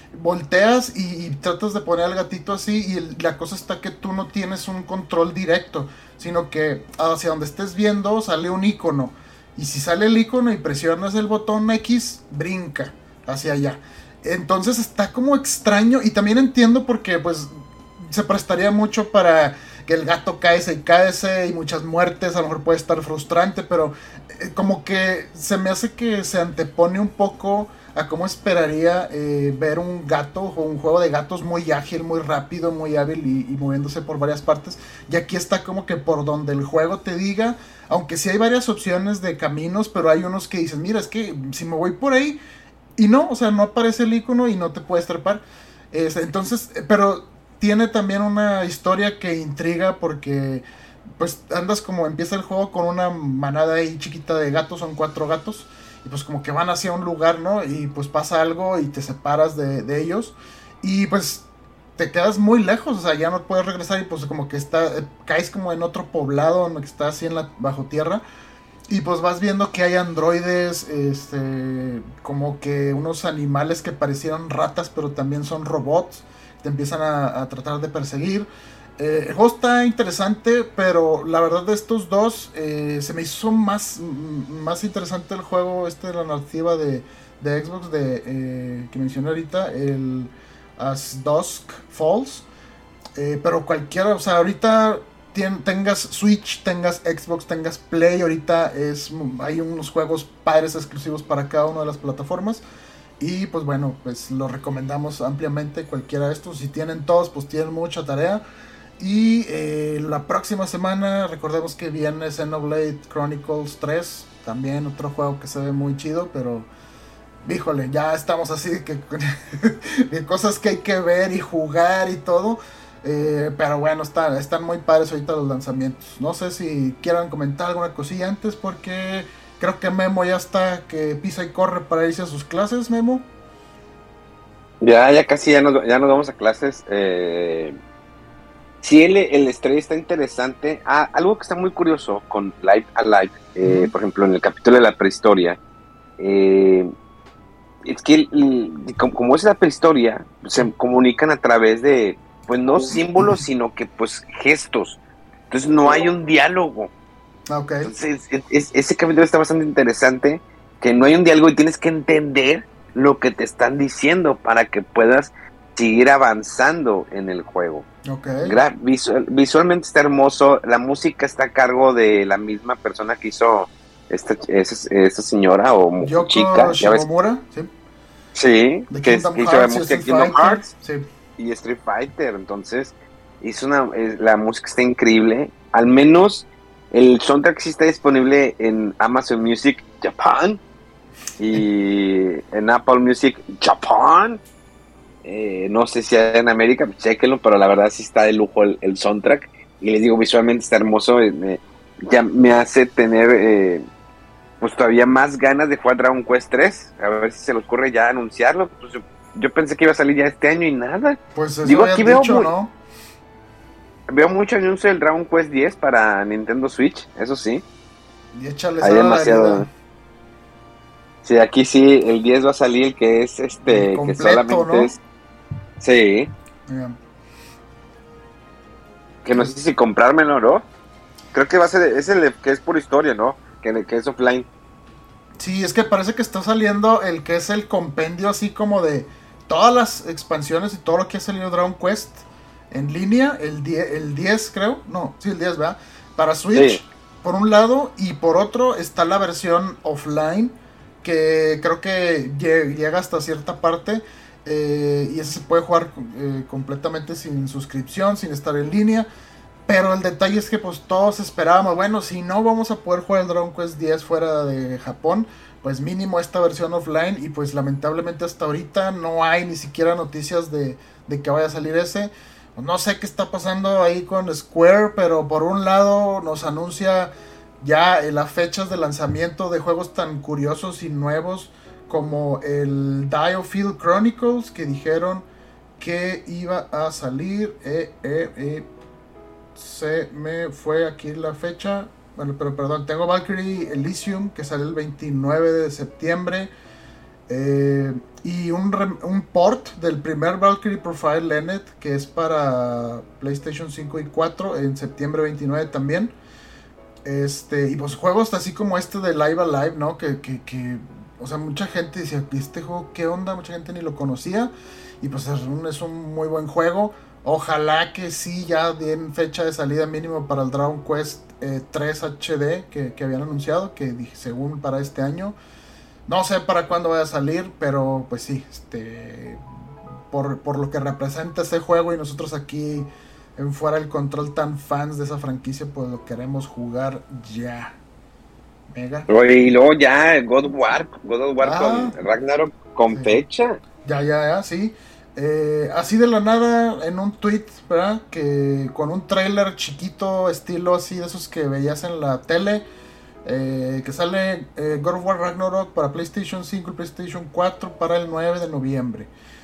volteas y, y tratas de poner al gatito así y el, la cosa está que tú no tienes un control directo, sino que hacia donde estés viendo sale un icono. Y si sale el icono y presionas el botón X, brinca hacia allá. Entonces está como extraño y también entiendo porque pues se prestaría mucho para que el gato caese y caese y muchas muertes, a lo mejor puede estar frustrante, pero eh, como que se me hace que se antepone un poco a cómo esperaría eh, ver un gato o un juego de gatos muy ágil, muy rápido, muy hábil y, y moviéndose por varias partes. Y aquí está como que por donde el juego te diga, aunque sí hay varias opciones de caminos, pero hay unos que dicen, mira, es que si me voy por ahí, y no, o sea, no aparece el icono y no te puedes trepar. Es, entonces, pero tiene también una historia que intriga porque pues andas como empieza el juego con una manada ahí chiquita de gatos, son cuatro gatos, y pues como que van hacia un lugar, ¿no? Y pues pasa algo y te separas de, de ellos y pues te quedas muy lejos, o sea, ya no puedes regresar y pues como que está, eh, caes como en otro poblado donde está así en la bajo tierra. Y pues vas viendo que hay androides, este, como que unos animales que parecieran ratas, pero también son robots. Te empiezan a, a tratar de perseguir. Eh, el juego está interesante, pero la verdad de estos dos, eh, se me hizo más, más interesante el juego este de la narrativa de, de Xbox de, eh, que mencioné ahorita, el As Dusk Falls. Eh, pero cualquiera, o sea, ahorita... tengas Switch, tengas Xbox, tengas Play, ahorita es hay unos juegos padres exclusivos para cada una de las plataformas y pues bueno, pues lo recomendamos ampliamente cualquiera de estos. Si tienen todos, pues tienen mucha tarea. Y eh, la próxima semana recordemos que viene Xenoblade Chronicles tres, también otro juego que se ve muy chido, pero híjole, ya estamos así de que de cosas que hay que ver y jugar y todo. Eh, pero bueno, está, están muy padres ahorita los lanzamientos. No sé si quieran comentar alguna cosilla antes, porque creo que Memo ya está que pisa y corre para irse a sus clases, Memo. Ya, ya casi ya nos, ya nos vamos a clases. Eh, sí, el, el estrés está interesante. Ah, algo que está muy curioso con Live Alive, eh, uh-huh. por ejemplo, en el capítulo de la prehistoria, eh, es que el, el, como, como es la prehistoria, se comunican a través de pues no símbolos, sino que pues gestos. Entonces no hay un diálogo. Okay. Entonces es, es, ese capítulo está bastante interesante, que no hay un diálogo y tienes que entender lo que te están diciendo para que puedas seguir avanzando en el juego. Okay. Gra- visual, visualmente está hermoso, la música está a cargo de la misma persona que hizo esta, esta, esta señora o Yoko chica. Shimomura, sí. Sí, de que, Kingdom que hizo Hearts, la música de Street Kingdom Fighter, Hearts. Sí. Y Street Fighter, entonces es una, es, la música está increíble. Al menos el soundtrack sí está disponible en Amazon Music Japan y en Apple Music Japan. Eh, no sé si hay en América, pues chequenlo, pero la verdad sí está de lujo el, el soundtrack. Y les digo, visualmente está hermoso. Eh, me, ya me hace tener eh, pues todavía más ganas de jugar Dragon Quest tres. A ver si se les ocurre ya anunciarlo. Pues yo, Yo pensé que iba a salir ya este año y nada. Pues eso Digo, aquí veo, dicho, muy, ¿no? veo mucho anuncio del Dragon Quest diez para Nintendo Switch, eso sí. Y échale Hay demasiado. Sí, aquí sí, el diez va a salir, que es este, completo, que solamente ¿no? es. Sí. Yeah. Que no sé si comprármelo, ¿no? Creo que va a ser, es el que es por historia, ¿no? Que, que es offline. Sí, es que parece que está saliendo el que es el compendio así como de todas las expansiones y todo lo que ha salido Dragon Quest en línea, el diez, el diez creo, no, sí el diez, ¿verdad? Para Switch, sí. Por un lado, y por otro está la versión offline, que creo que llega hasta cierta parte, eh, y ese se puede jugar eh, completamente sin suscripción, sin estar en línea. Pero el detalle es que pues todos esperábamos, bueno, si no vamos a poder jugar el Dragon Quest diez fuera de Japón, pues mínimo esta versión offline, y pues lamentablemente hasta ahorita no hay ni siquiera noticias de, de que vaya a salir ese. No sé qué está pasando ahí con Square, pero por un lado nos anuncia ya las fechas de lanzamiento de juegos tan curiosos y nuevos como el Diofield Chronicles, que dijeron que iba a salir, eh, eh, eh, se me fue aquí la fecha, bueno, pero perdón, tengo Valkyrie Elysium que sale el veintinueve de septiembre, Eh, y un, rem- un port del primer Valkyrie Profile Lenneth, que es para PlayStation cinco y cuatro, en septiembre veintinueve también. Este, y pues juegos así como este de Live Alive, ¿no? Que, que, que o sea, mucha gente decía, ¿este juego qué onda? Mucha gente ni lo conocía. Y pues es un, es un muy buen juego. Ojalá que sí ya den fecha de salida mínimo para el Dragon Quest eh, tres H D que, que habían anunciado, que dije, según para este año. No sé para cuándo vaya a salir, pero pues sí, este, por, por lo que representa ese juego y nosotros aquí en Fuera del Control tan fans de esa franquicia, pues lo queremos jugar ya. Mega. Y luego ya God of War, God of War Ah, con Ragnarok con sí. fecha. Ya, ya, ya, sí. Eh, así de la nada, en un tweet, ¿verdad? Que con un trailer chiquito, estilo así de esos que veías en la tele. Eh, que sale eh, God of War Ragnarok para PlayStation cinco y PlayStation cuatro para el nueve de noviembre.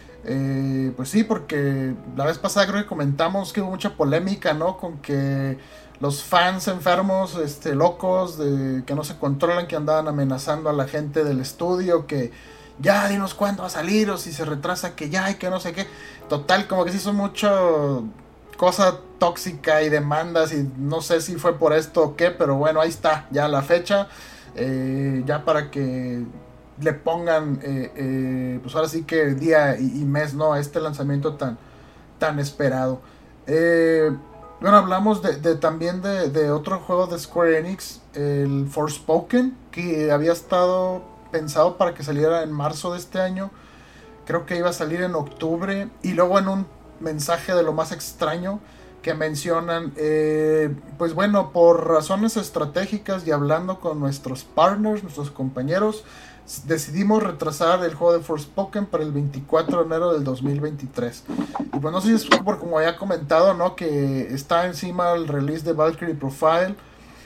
Eh, pues sí, porque la vez pasada creo que comentamos que hubo mucha polémica, ¿no? Con que los fans enfermos, este, locos, de, que no se controlan, que andaban amenazando a la gente del estudio, que ya dinos cuándo va a salir, o si se retrasa, que ya, y que no sé qué. Total, como que se hizo mucho cosa tóxica y demandas, y no sé si fue por esto o qué, pero bueno, ahí está, ya la fecha, eh, ya para que le pongan, eh, eh, pues ahora sí que día y, y mes, ¿no? A este lanzamiento tan, tan esperado. Eh, bueno, hablamos de, de también de, de otro juego de Square Enix, el Forspoken, que había estado pensado para que saliera en marzo de este año. Creo que iba a salir en octubre. Y luego en un mensaje de lo más extraño que mencionan, eh, pues bueno, por razones estratégicas y hablando con nuestros partners, nuestros compañeros, decidimos retrasar el juego de Forspoken para el veinticuatro de enero del dos mil veintitrés. Y pues no sé si es por como había comentado, ¿no? Que está encima el release de Valkyrie Profile,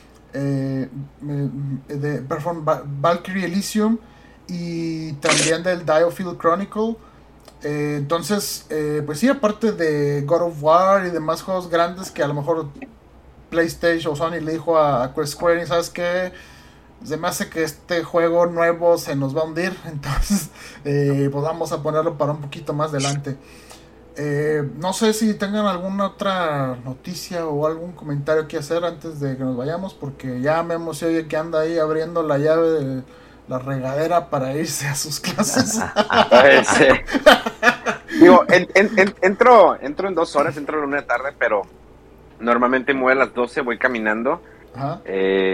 eh, de perdón, Valkyrie Elysium, y también del Diofield Chronicle. Eh, entonces, eh, pues sí, aparte de God of War y demás juegos grandes que a lo mejor PlayStation o Sony le dijo a, a Square Enix, ¿sabes qué? Se me hace que este juego nuevo se nos va a hundir, entonces eh, pues vamos a ponerlo para un poquito más adelante. Eh, no sé si tengan alguna otra noticia o algún comentario que hacer antes de que nos vayamos, porque ya Memo se oye que anda ahí abriendo la llave de la regadera para irse a sus clases. Sí. Digo, en, en, en, entro, entro en dos horas, entro en una tarde, pero normalmente me voy a las doce, voy caminando. Ajá.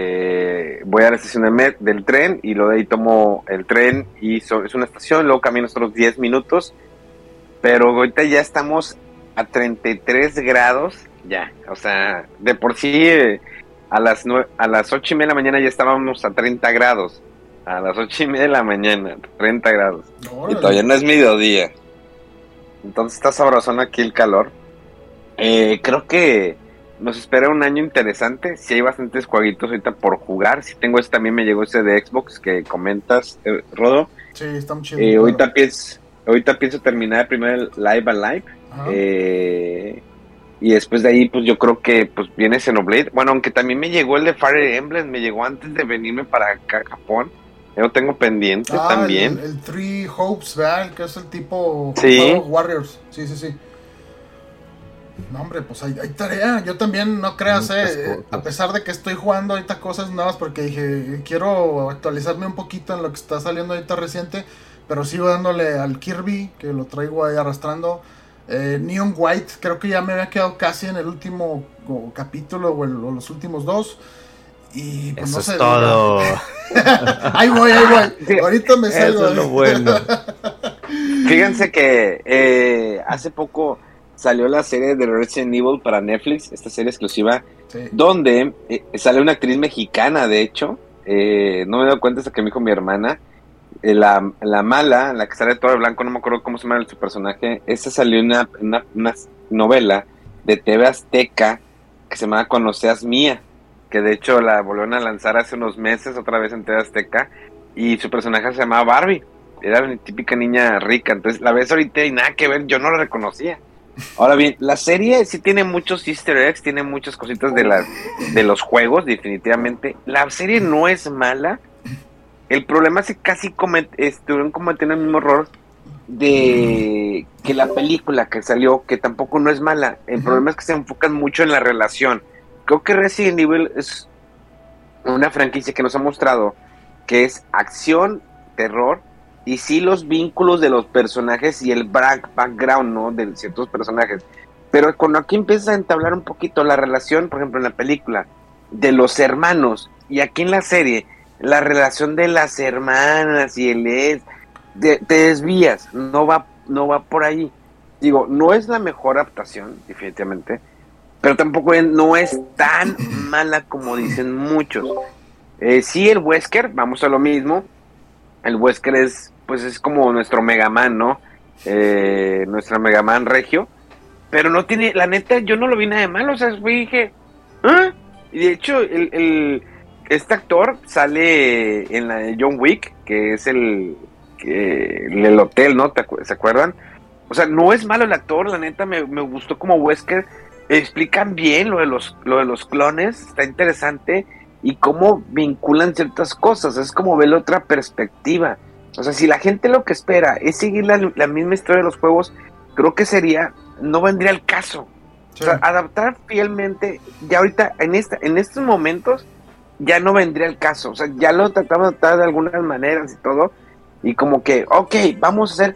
Eh, voy a la estación de met, del tren, y luego de ahí tomo el tren y so, es una estación, luego camino otros diez minutos, pero ahorita ya estamos a treinta y tres grados ya, o sea, de por sí eh, a las nueve, a las ocho y media de la mañana ya estábamos a treinta grados, a las ocho y media de la mañana, treinta grados. Órale. Y todavía no es mediodía, entonces está sabrosón aquí el calor. Eh, creo que nos espera un año interesante. Si sí hay bastantes jueguitos ahorita por jugar. Si sí tengo ese, también me llegó ese de Xbox que comentas, eh, Rodo. Sí, está muy chido. Eh, claro. ahorita, pienso, ahorita pienso terminar primero el Live Alive. Eh, y después de ahí, pues yo creo que pues viene Xenoblade. Bueno, aunque también me llegó el de Fire Emblem. Me llegó antes de venirme para acá, Japón. Yo lo tengo pendiente ah, también. El, el Three Hopes, ¿verdad? El que es el tipo sí. Warriors. Sí, sí, sí. No, hombre, pues hay, hay tarea. Yo también, no creas, eh, a pesar de que estoy jugando ahorita cosas nuevas, porque dije, quiero actualizarme un poquito en lo que está saliendo ahorita reciente, pero sigo dándole al Kirby, que lo traigo ahí arrastrando. Eh, Neon White, creo que ya me había quedado casi en el último o, capítulo o, el, o los últimos dos. Y pues eso no sé. Es todo. Ahí voy, ahí voy. Ahorita me salgo. Eso es lo bueno. Fíjense que eh, hace poco salió la serie de Resident Evil para Netflix, esta serie exclusiva, sí. donde eh, sale una actriz mexicana, de hecho, eh, no me he dado cuenta hasta que me dijo mi hermana, eh, la, la mala, la que sale de todo de blanco, no me acuerdo cómo se llama su personaje, esta salió en una, una, una novela de T V Azteca que se llama Cuando seas mía, que de hecho la volvieron a lanzar hace unos meses otra vez en T V Azteca, y su personaje se llamaba Barbie, era una típica niña rica, entonces la ves ahorita y nada que ver, yo no la reconocía. Ahora bien, la serie sí tiene muchos easter eggs, tiene muchas cositas de, la, de los juegos, definitivamente. La serie no es mala, el problema es que casi comet, estuvieron cometiendo el mismo error de que la película que salió, que tampoco no es mala. El uh-huh. problema es que se enfocan mucho en la relación. Creo que Resident Evil es una franquicia que nos ha mostrado que es acción, terror, y sí los vínculos de los personajes y el back, background, ¿no? De ciertos personajes. Pero cuando aquí empieza a entablar un poquito la relación, por ejemplo en la película, de los hermanos, y aquí en la serie, la relación de las hermanas y el es, de, te desvías, no va, no va por ahí. Digo, no es la mejor adaptación, definitivamente, pero tampoco es, no es tan mala como dicen muchos. Eh, sí, el Wesker, vamos a lo mismo, el Wesker es, pues es como nuestro Mega Man, ¿no? Eh, nuestro Mega Man regio, pero no tiene, la neta, yo no lo vi nada de malo, o sea, fui, dije, ¿ah? Y de hecho, el, el, este actor sale en la de John Wick, que es el, que, el hotel, ¿no? ¿Se acuerdan? O sea, no es malo el actor, la neta, me, me gustó como Wesker, explican bien lo de los, lo de los clones, está interesante, y cómo vinculan ciertas cosas, es como ver otra perspectiva. O sea, si la gente lo que espera es seguir la, la misma historia de los juegos, creo que sería, no vendría al caso. Sí. O sea, adaptar fielmente, ya ahorita, en esta, en estos momentos, ya no vendría al caso. O sea, ya lo tratamos de adaptar de algunas maneras y todo, y como que, ok, vamos a hacer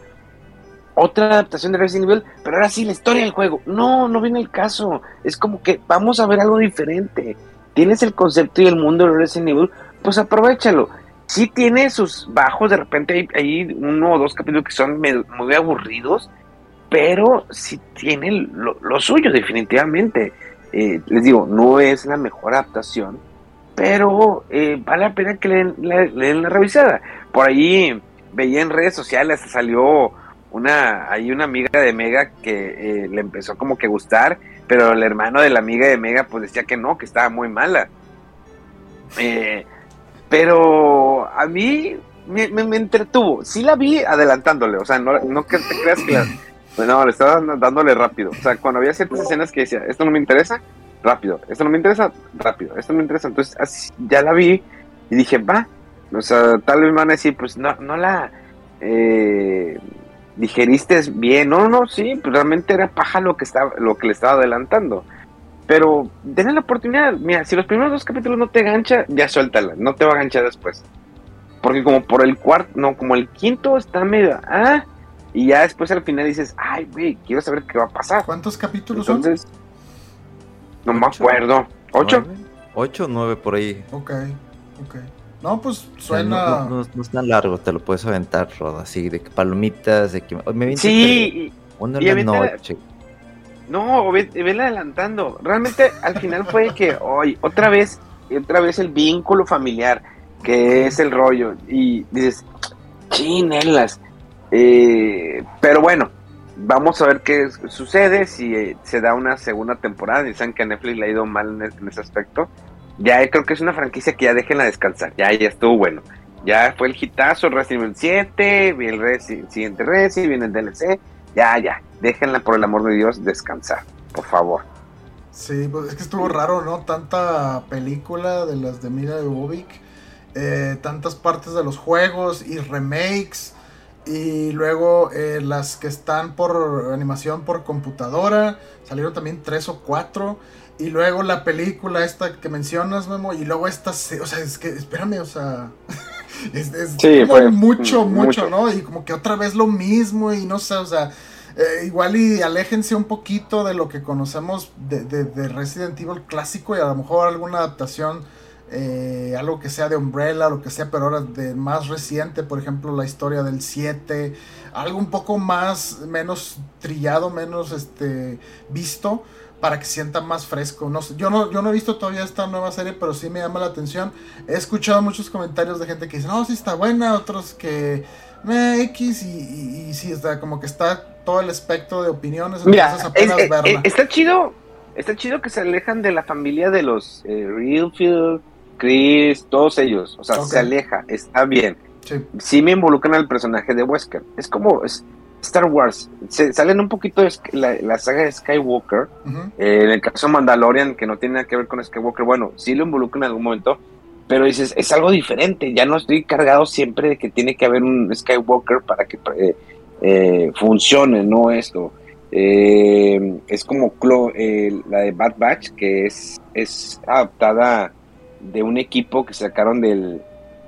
otra adaptación de Resident Evil, pero ahora sí la historia del juego. No, no viene el caso. Es como que vamos a ver algo diferente. Tienes el concepto y el mundo de Resident Evil, pues aprovéchalo. Sí tiene sus bajos, de repente hay, hay uno o dos capítulos que son muy, muy aburridos, pero sí tiene lo, lo suyo definitivamente. Eh, les digo, no es la mejor adaptación, pero eh, vale la pena que le den la, le den la revisada. Por ahí veía en redes sociales, salió una, hay una amiga de Mega que eh, le empezó como que gustar, pero el hermano de la amiga de Mega pues decía que no, que estaba muy mala. Eh, pero a mí me, me, me entretuvo. Sí la vi adelantándole, o sea, no, no que te creas que la, pues no, le estaba dándole rápido. O sea, cuando había ciertas escenas que decía, esto no me interesa, rápido, esto no me interesa, rápido, esto no me interesa. Entonces así, ya la vi y dije, va, o sea, tal vez me van a decir, pues no, no la eh, digeriste bien. No, no, sí, pues realmente era paja lo que estaba, lo que le estaba adelantando. Pero denle la oportunidad. Mira, si los primeros dos capítulos no te gancha, ya suéltala, no te va a ganchar después. Porque como por el cuarto, no, como el quinto está medio, ah, y ya después al final dices, ay, güey, quiero saber qué va a pasar. ¿Cuántos capítulos Entonces, son? No me acuerdo. ¿Ocho? ¿Nueve? Ocho o nueve por ahí. Ok, ok. No, pues suena... No, no, no, no es tan largo, te lo puedes aventar, Roda, así, de que palomitas, de que... Me sí, uno en la noche. No, ve, vela adelantando. Realmente al final fue que hoy otra vez, otra vez el vínculo familiar, que es el rollo, y dices, chinelas. Eh, pero bueno, vamos a ver qué sucede si eh, se da una segunda temporada. Dicen que a Netflix le ha ido mal en, en ese aspecto. Ya creo que es una franquicia que ya déjenla descansar. Ya, ya estuvo bueno. Ya fue el hitazo Resident Evil siete, viene el Resi, siguiente Resi, viene el D L C. Ya, ya, déjenla por el amor de Dios descansar, por favor. Sí, pues es que estuvo raro, ¿no? Tanta película de las de Mila Jovovich, eh, tantas partes de los juegos y remakes, y luego eh, las que están por animación por computadora, salieron también tres o cuatro, y luego la película esta que mencionas, Memo, y luego esta, o sea, es que, espérame, o sea... Es, es sí, como fue mucho, mucho, mucho, ¿no? Y como que otra vez lo mismo y no sé, o sea, eh, igual y aléjense un poquito de lo que conocemos de, de, de Resident Evil clásico y a lo mejor alguna adaptación, eh, algo que sea de Umbrella, lo que sea, pero ahora de más reciente, por ejemplo, la historia del siete, algo un poco más, menos trillado, menos este visto, para que sienta más fresco. No sé, yo no, yo no he visto todavía esta nueva serie, pero sí me llama la atención. He escuchado muchos comentarios de gente que dice, no, sí está buena, otros que me X, y, y, y sí, está como que está todo el espectro de opiniones. Mira, apenas es, verla. Es, está chido, está chido que se alejan de la familia de los eh, Redfield, Chris, todos ellos, o sea, okay. Se aleja, está bien. Sí. Sí me involucran al personaje de Wesker. Es como... Es, Star Wars, se salen un poquito de la, la saga de Skywalker, uh-huh. eh, en el caso Mandalorian, que no tiene nada que ver con Skywalker, bueno, sí lo involucran en algún momento, pero dices, es algo diferente, ya no estoy cargado siempre de que tiene que haber un Skywalker para que eh, eh, funcione, ¿no? Esto. Eh, es como Clo- eh, la de Bad Batch, que es, es adaptada de un equipo que sacaron del,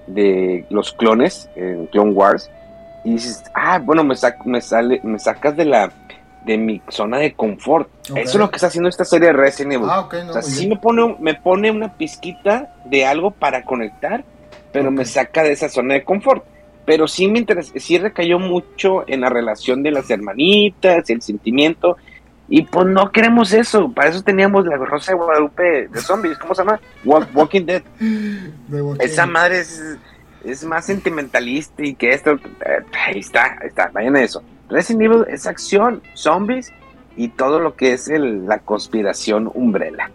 de los clones en Clone Wars, y dices, ah, bueno, me, sac- me, sale, me sacas de la de mi zona de confort. Okay. Eso es lo que está haciendo esta serie de Resident Evil. Ah, ok, no, o sea, muy sí bien. me pone, me pone una pizquita de algo para conectar, pero Ok. me saca de esa zona de confort. Pero sí me interesa, sí recayó mucho en la relación de las hermanitas, el sentimiento, y pues no queremos eso. Para eso teníamos la Rosa de Guadalupe de zombies, ¿cómo se llama? Walk- Walking Dead. De Walking Esa Dead. madre es, es más sentimentalista y que esto. eh, Ahí está, ahí está, vayan a eso. Resident Evil es acción, zombies y todo lo que es el, la conspiración Umbrella.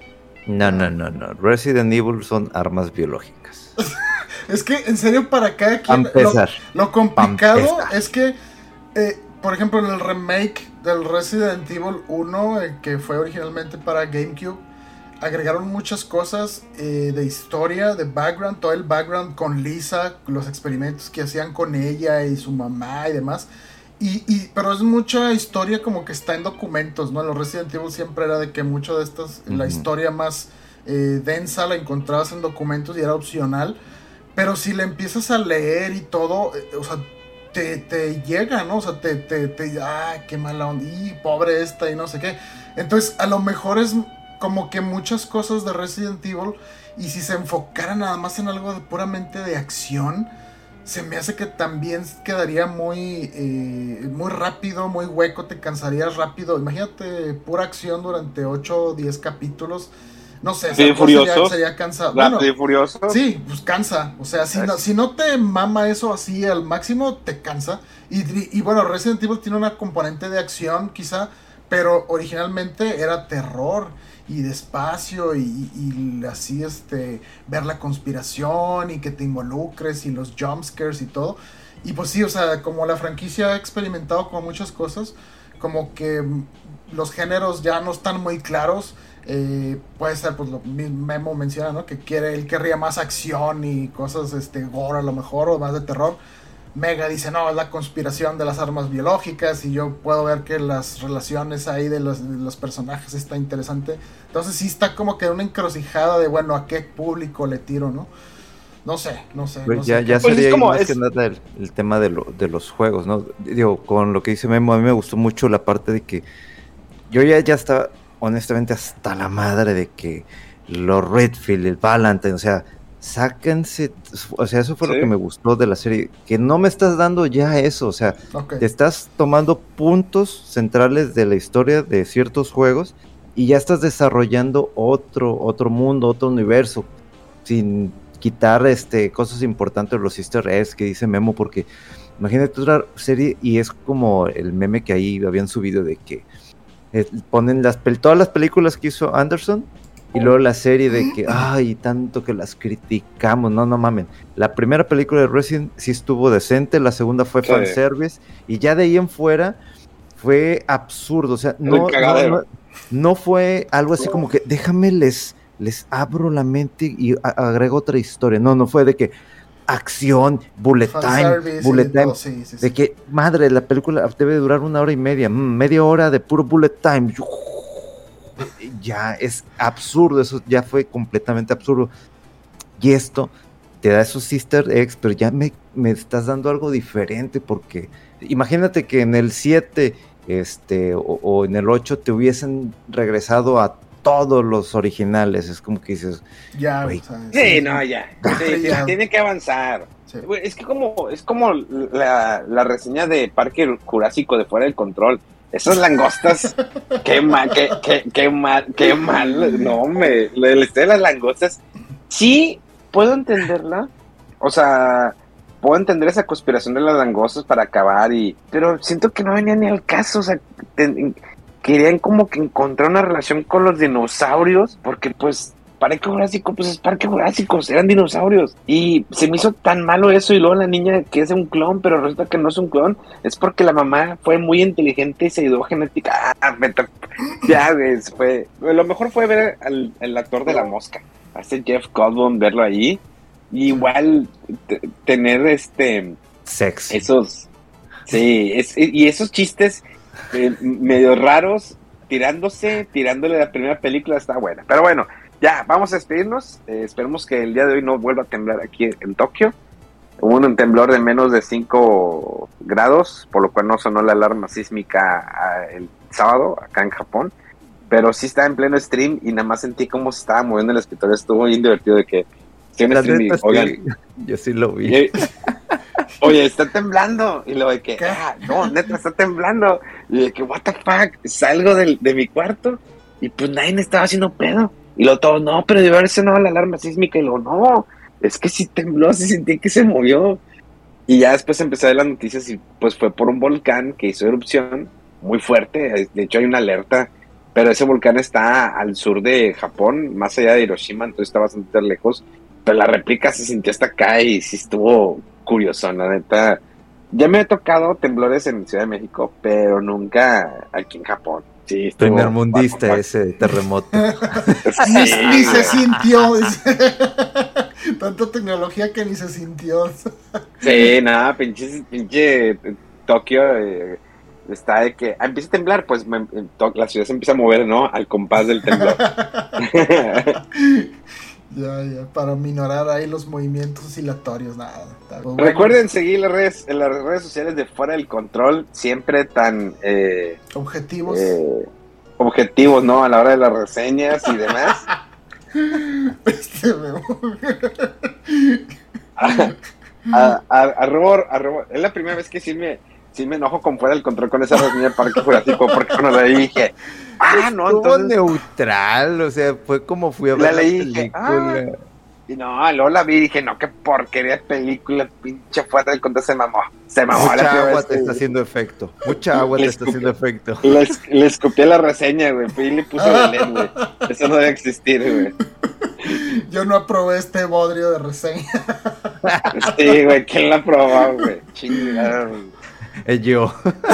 No, no, no, no. Resident Evil son armas biológicas. Es que, en serio, para cada quien, Pa' empezar. lo, lo complicado Pa' empezar. es que, eh, por ejemplo, en el remake del Resident Evil uno, eh, que fue originalmente para GameCube, agregaron muchas cosas eh, de historia, de background, todo el background con Lisa, los experimentos que hacían con ella y su mamá y demás. Y, y, pero es mucha historia como que está en documentos, ¿no? En los Resident Evil siempre era de que mucho de estas, uh-huh. la historia más eh, densa la encontrabas en documentos y era opcional. Pero si le empiezas a leer y todo, eh, o sea, te, te llega, ¿no? O sea, te, te, te, ah, qué mala onda, y pobre esta y no sé qué. Entonces, a lo mejor es como que muchas cosas de Resident Evil, y si se enfocara nada más en algo de, puramente de acción, se me hace que también quedaría muy, eh, muy rápido, muy hueco, te cansarías rápido. Imagínate pura acción durante ocho o diez capítulos. No sé, sí, furioso. Sería, sería cansado. Rápido bueno, y furioso. Sí, pues cansa. O sea, si no, si no te mama eso así al máximo, te cansa. Y, y, y bueno, Resident Evil tiene una componente de acción, quizá, pero originalmente era terror y despacio y, y, y así este ver la conspiración y que te involucres y los jumpscares y todo. Y pues sí, o sea, como la franquicia ha experimentado con muchas cosas, como que los géneros ya no están muy claros. Eh, puede ser, pues lo Memo menciona, ¿no? Que quiere, él querría más acción y cosas, este, gore a lo mejor, o más de terror. Mega dice, no, es la conspiración de las armas biológicas, y yo puedo ver que las relaciones ahí de los, de los personajes está interesante. Entonces sí está como que una encrucijada de, bueno, ¿a qué público le tiro, no? No sé, no sé. Pues no ya, sé ya pues sería como más es... que nada el, el tema de, lo, de los juegos, ¿no? Digo, con lo que dice Memo, a mí me gustó mucho la parte de que yo ya, ya estaba, honestamente, hasta la madre de que los Redfield, el Valentine, o sea, sáquense, o sea, eso fue ¿Sí? lo que me gustó de la serie, que no me estás dando ya eso, o sea, okay. te estás tomando puntos centrales de la historia de ciertos juegos y ya estás desarrollando otro, otro mundo, otro universo, sin quitar este cosas importantes, los easter eggs que dice Memo, porque imagínate otra serie y es como el meme que ahí habían subido de que eh, ponen las todas las películas que hizo Anderson y luego la serie de que, ay, tanto que las criticamos, no, no mamen. La primera película de Resident sí estuvo decente, la segunda fue sí. fanservice, y ya de ahí en fuera fue absurdo, o sea, no, no, no, no fue algo así como que, déjame les, les abro la mente y a, agrego otra historia. No, no fue de que, acción, bullet time, bullet time, sí, sí, sí. de que, madre, la película debe durar una hora y media, mm, media hora de puro bullet time, ya es absurdo, eso ya fue completamente absurdo, y esto te da esos easter eggs, pero ya me, me estás dando algo diferente, porque imagínate que en el siete este, o, o en el ocho te hubiesen regresado a todos los originales, es como que dices, ya, o sea, sí, sí, no, ya, sí, ya. Tiene que avanzar. Sí. Es que como, es como la, la reseña de Parque Jurásico de Fuera del Control. Esas langostas, qué mal, qué, qué, qué mal, qué mal, no, me, la historia de las langostas, sí, puedo entenderla, o sea, puedo entender esa conspiración de las langostas para acabar, y pero siento que no venía ni al caso, o sea, te, querían como que encontrar una relación con los dinosaurios, porque pues Parque Jurásico, pues es Parque Jurásico, eran dinosaurios. Y se me hizo tan malo eso, y luego la niña que es un clon, pero resulta que no es un clon, es porque la mamá fue muy inteligente y se ayudó genética. Ah, me to- ya, güey, fue, lo mejor fue ver al, al actor de La Mosca, a ese Jeff Goldblum, verlo ahí, y igual t- tener este, Sexy. esos, sí, es, y esos chistes eh, medio raros, tirándose, tirándole la primera película, está buena, pero bueno. Ya, vamos a despedirnos. Eh, esperemos que el día de hoy no vuelva a temblar aquí en, en Tokio. Hubo un temblor de menos de cinco grados, por lo cual no sonó la alarma sísmica a, el sábado acá en Japón. Pero sí estaba en pleno stream y nada más sentí cómo se estaba moviendo el escritorio. Estuvo bien divertido de que... estoy en La stream y, neta, sí, oigan, yo sí lo vi. y- oye, está temblando. Y luego de que, ¿Qué? ah, no, neta, está temblando. Y de que, what the fuck, salgo del, de mi cuarto y pues nadie estaba haciendo pedo. Y luego todo, no, pero debe haber sonado la alarma sísmica. Y luego, no, es que sí tembló, sí sentí que se movió. Y ya después empecé a ver las noticias y pues fue por un volcán que hizo erupción muy fuerte. De hecho hay una alerta, pero ese volcán está al sur de Japón, más allá de Hiroshima, entonces está bastante lejos. Pero la réplica se sintió hasta acá y sí estuvo curioso, la neta. Ya me he tocado temblores en Ciudad de México, pero nunca aquí en Japón. Sí, estuvo- Primer mundista ese terremoto. Ni, Sí, ni se güey. sintió. dice. Tanta tecnología que ni se sintió. Sí, nada, pinche, pinche Tokio eh, está de que ah, empieza a temblar, pues me- en To- la ciudad se empieza a mover, ¿no? Al compás del temblor. Ya, ya, para minorar ahí los movimientos oscilatorios, nada. Está- pues bueno. Recuerden seguir las redes, en las redes sociales de Fuera del Control, siempre tan eh, Objetivos. eh, objetivos, ¿no? A la hora de las reseñas y demás. Este, Memo. a, a, a- arroba- arroba- es la primera vez que sí me, sí me enojo con Fuera del Control con esa reseña de Parque Jurásico, porque cuando la dije, ah, no, Estuvo entonces... neutral, o sea, fue como fui a La ver la, leí y dije, película. Y no, luego la vi y dije, no, qué porquería de película, pinche Fuera del Control se mamó. Se mamó la Mucha primera agua vez te que- está haciendo efecto. Mucha agua Le te está escupí. haciendo efecto. Le, es- le escupí a la reseña, güey. Fui y le puse Belén, güey. Eso no debe existir, güey. Yo no aprobé este bodrio de reseña. Sí, güey, ¿quién la probó, güey? Chingada, güey. Eh, yo.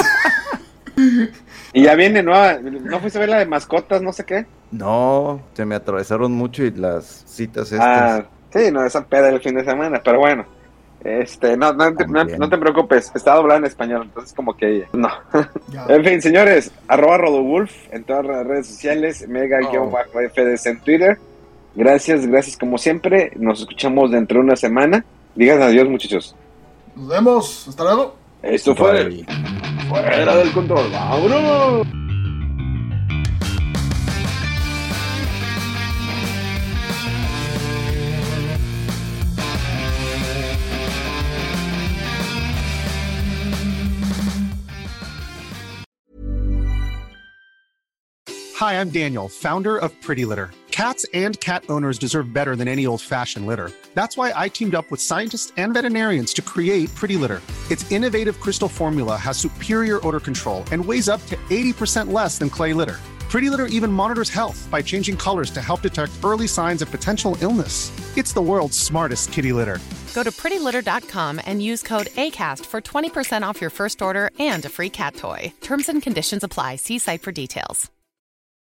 Y ya viene nueva. ¿No fuiste a ver la de mascotas, no sé qué? No, se me atravesaron mucho y las citas estas. Ah, sí, no, esa peda del fin de semana, pero bueno. Este, no, no, te- no, También. no te preocupes, está doblada en español, entonces como que no. Ya. En fin, señores, arroba Rodowulf en todas las redes sociales, mega-f d c en Twitter. Gracias, gracias como siempre. Nos escuchamos dentro de una semana. Digan adiós, muchachos. Nos vemos. Hasta luego. Esto fue Bye. Fuera del Control. ¡Vámonos! Hi, I'm Daniel, founder of Pretty Litter. Cats and cat owners deserve better than any old-fashioned litter. That's why I teamed up with scientists and veterinarians to create Pretty Litter. Its innovative crystal formula has superior odor control and weighs up to eighty percent less than clay litter. Pretty Litter even monitors health by changing colors to help detect early signs of potential illness. It's the world's smartest kitty litter. Go to pretty litter dot com and use code ACAST for twenty percent off your first order and a free cat toy. Terms and conditions apply. See site for details.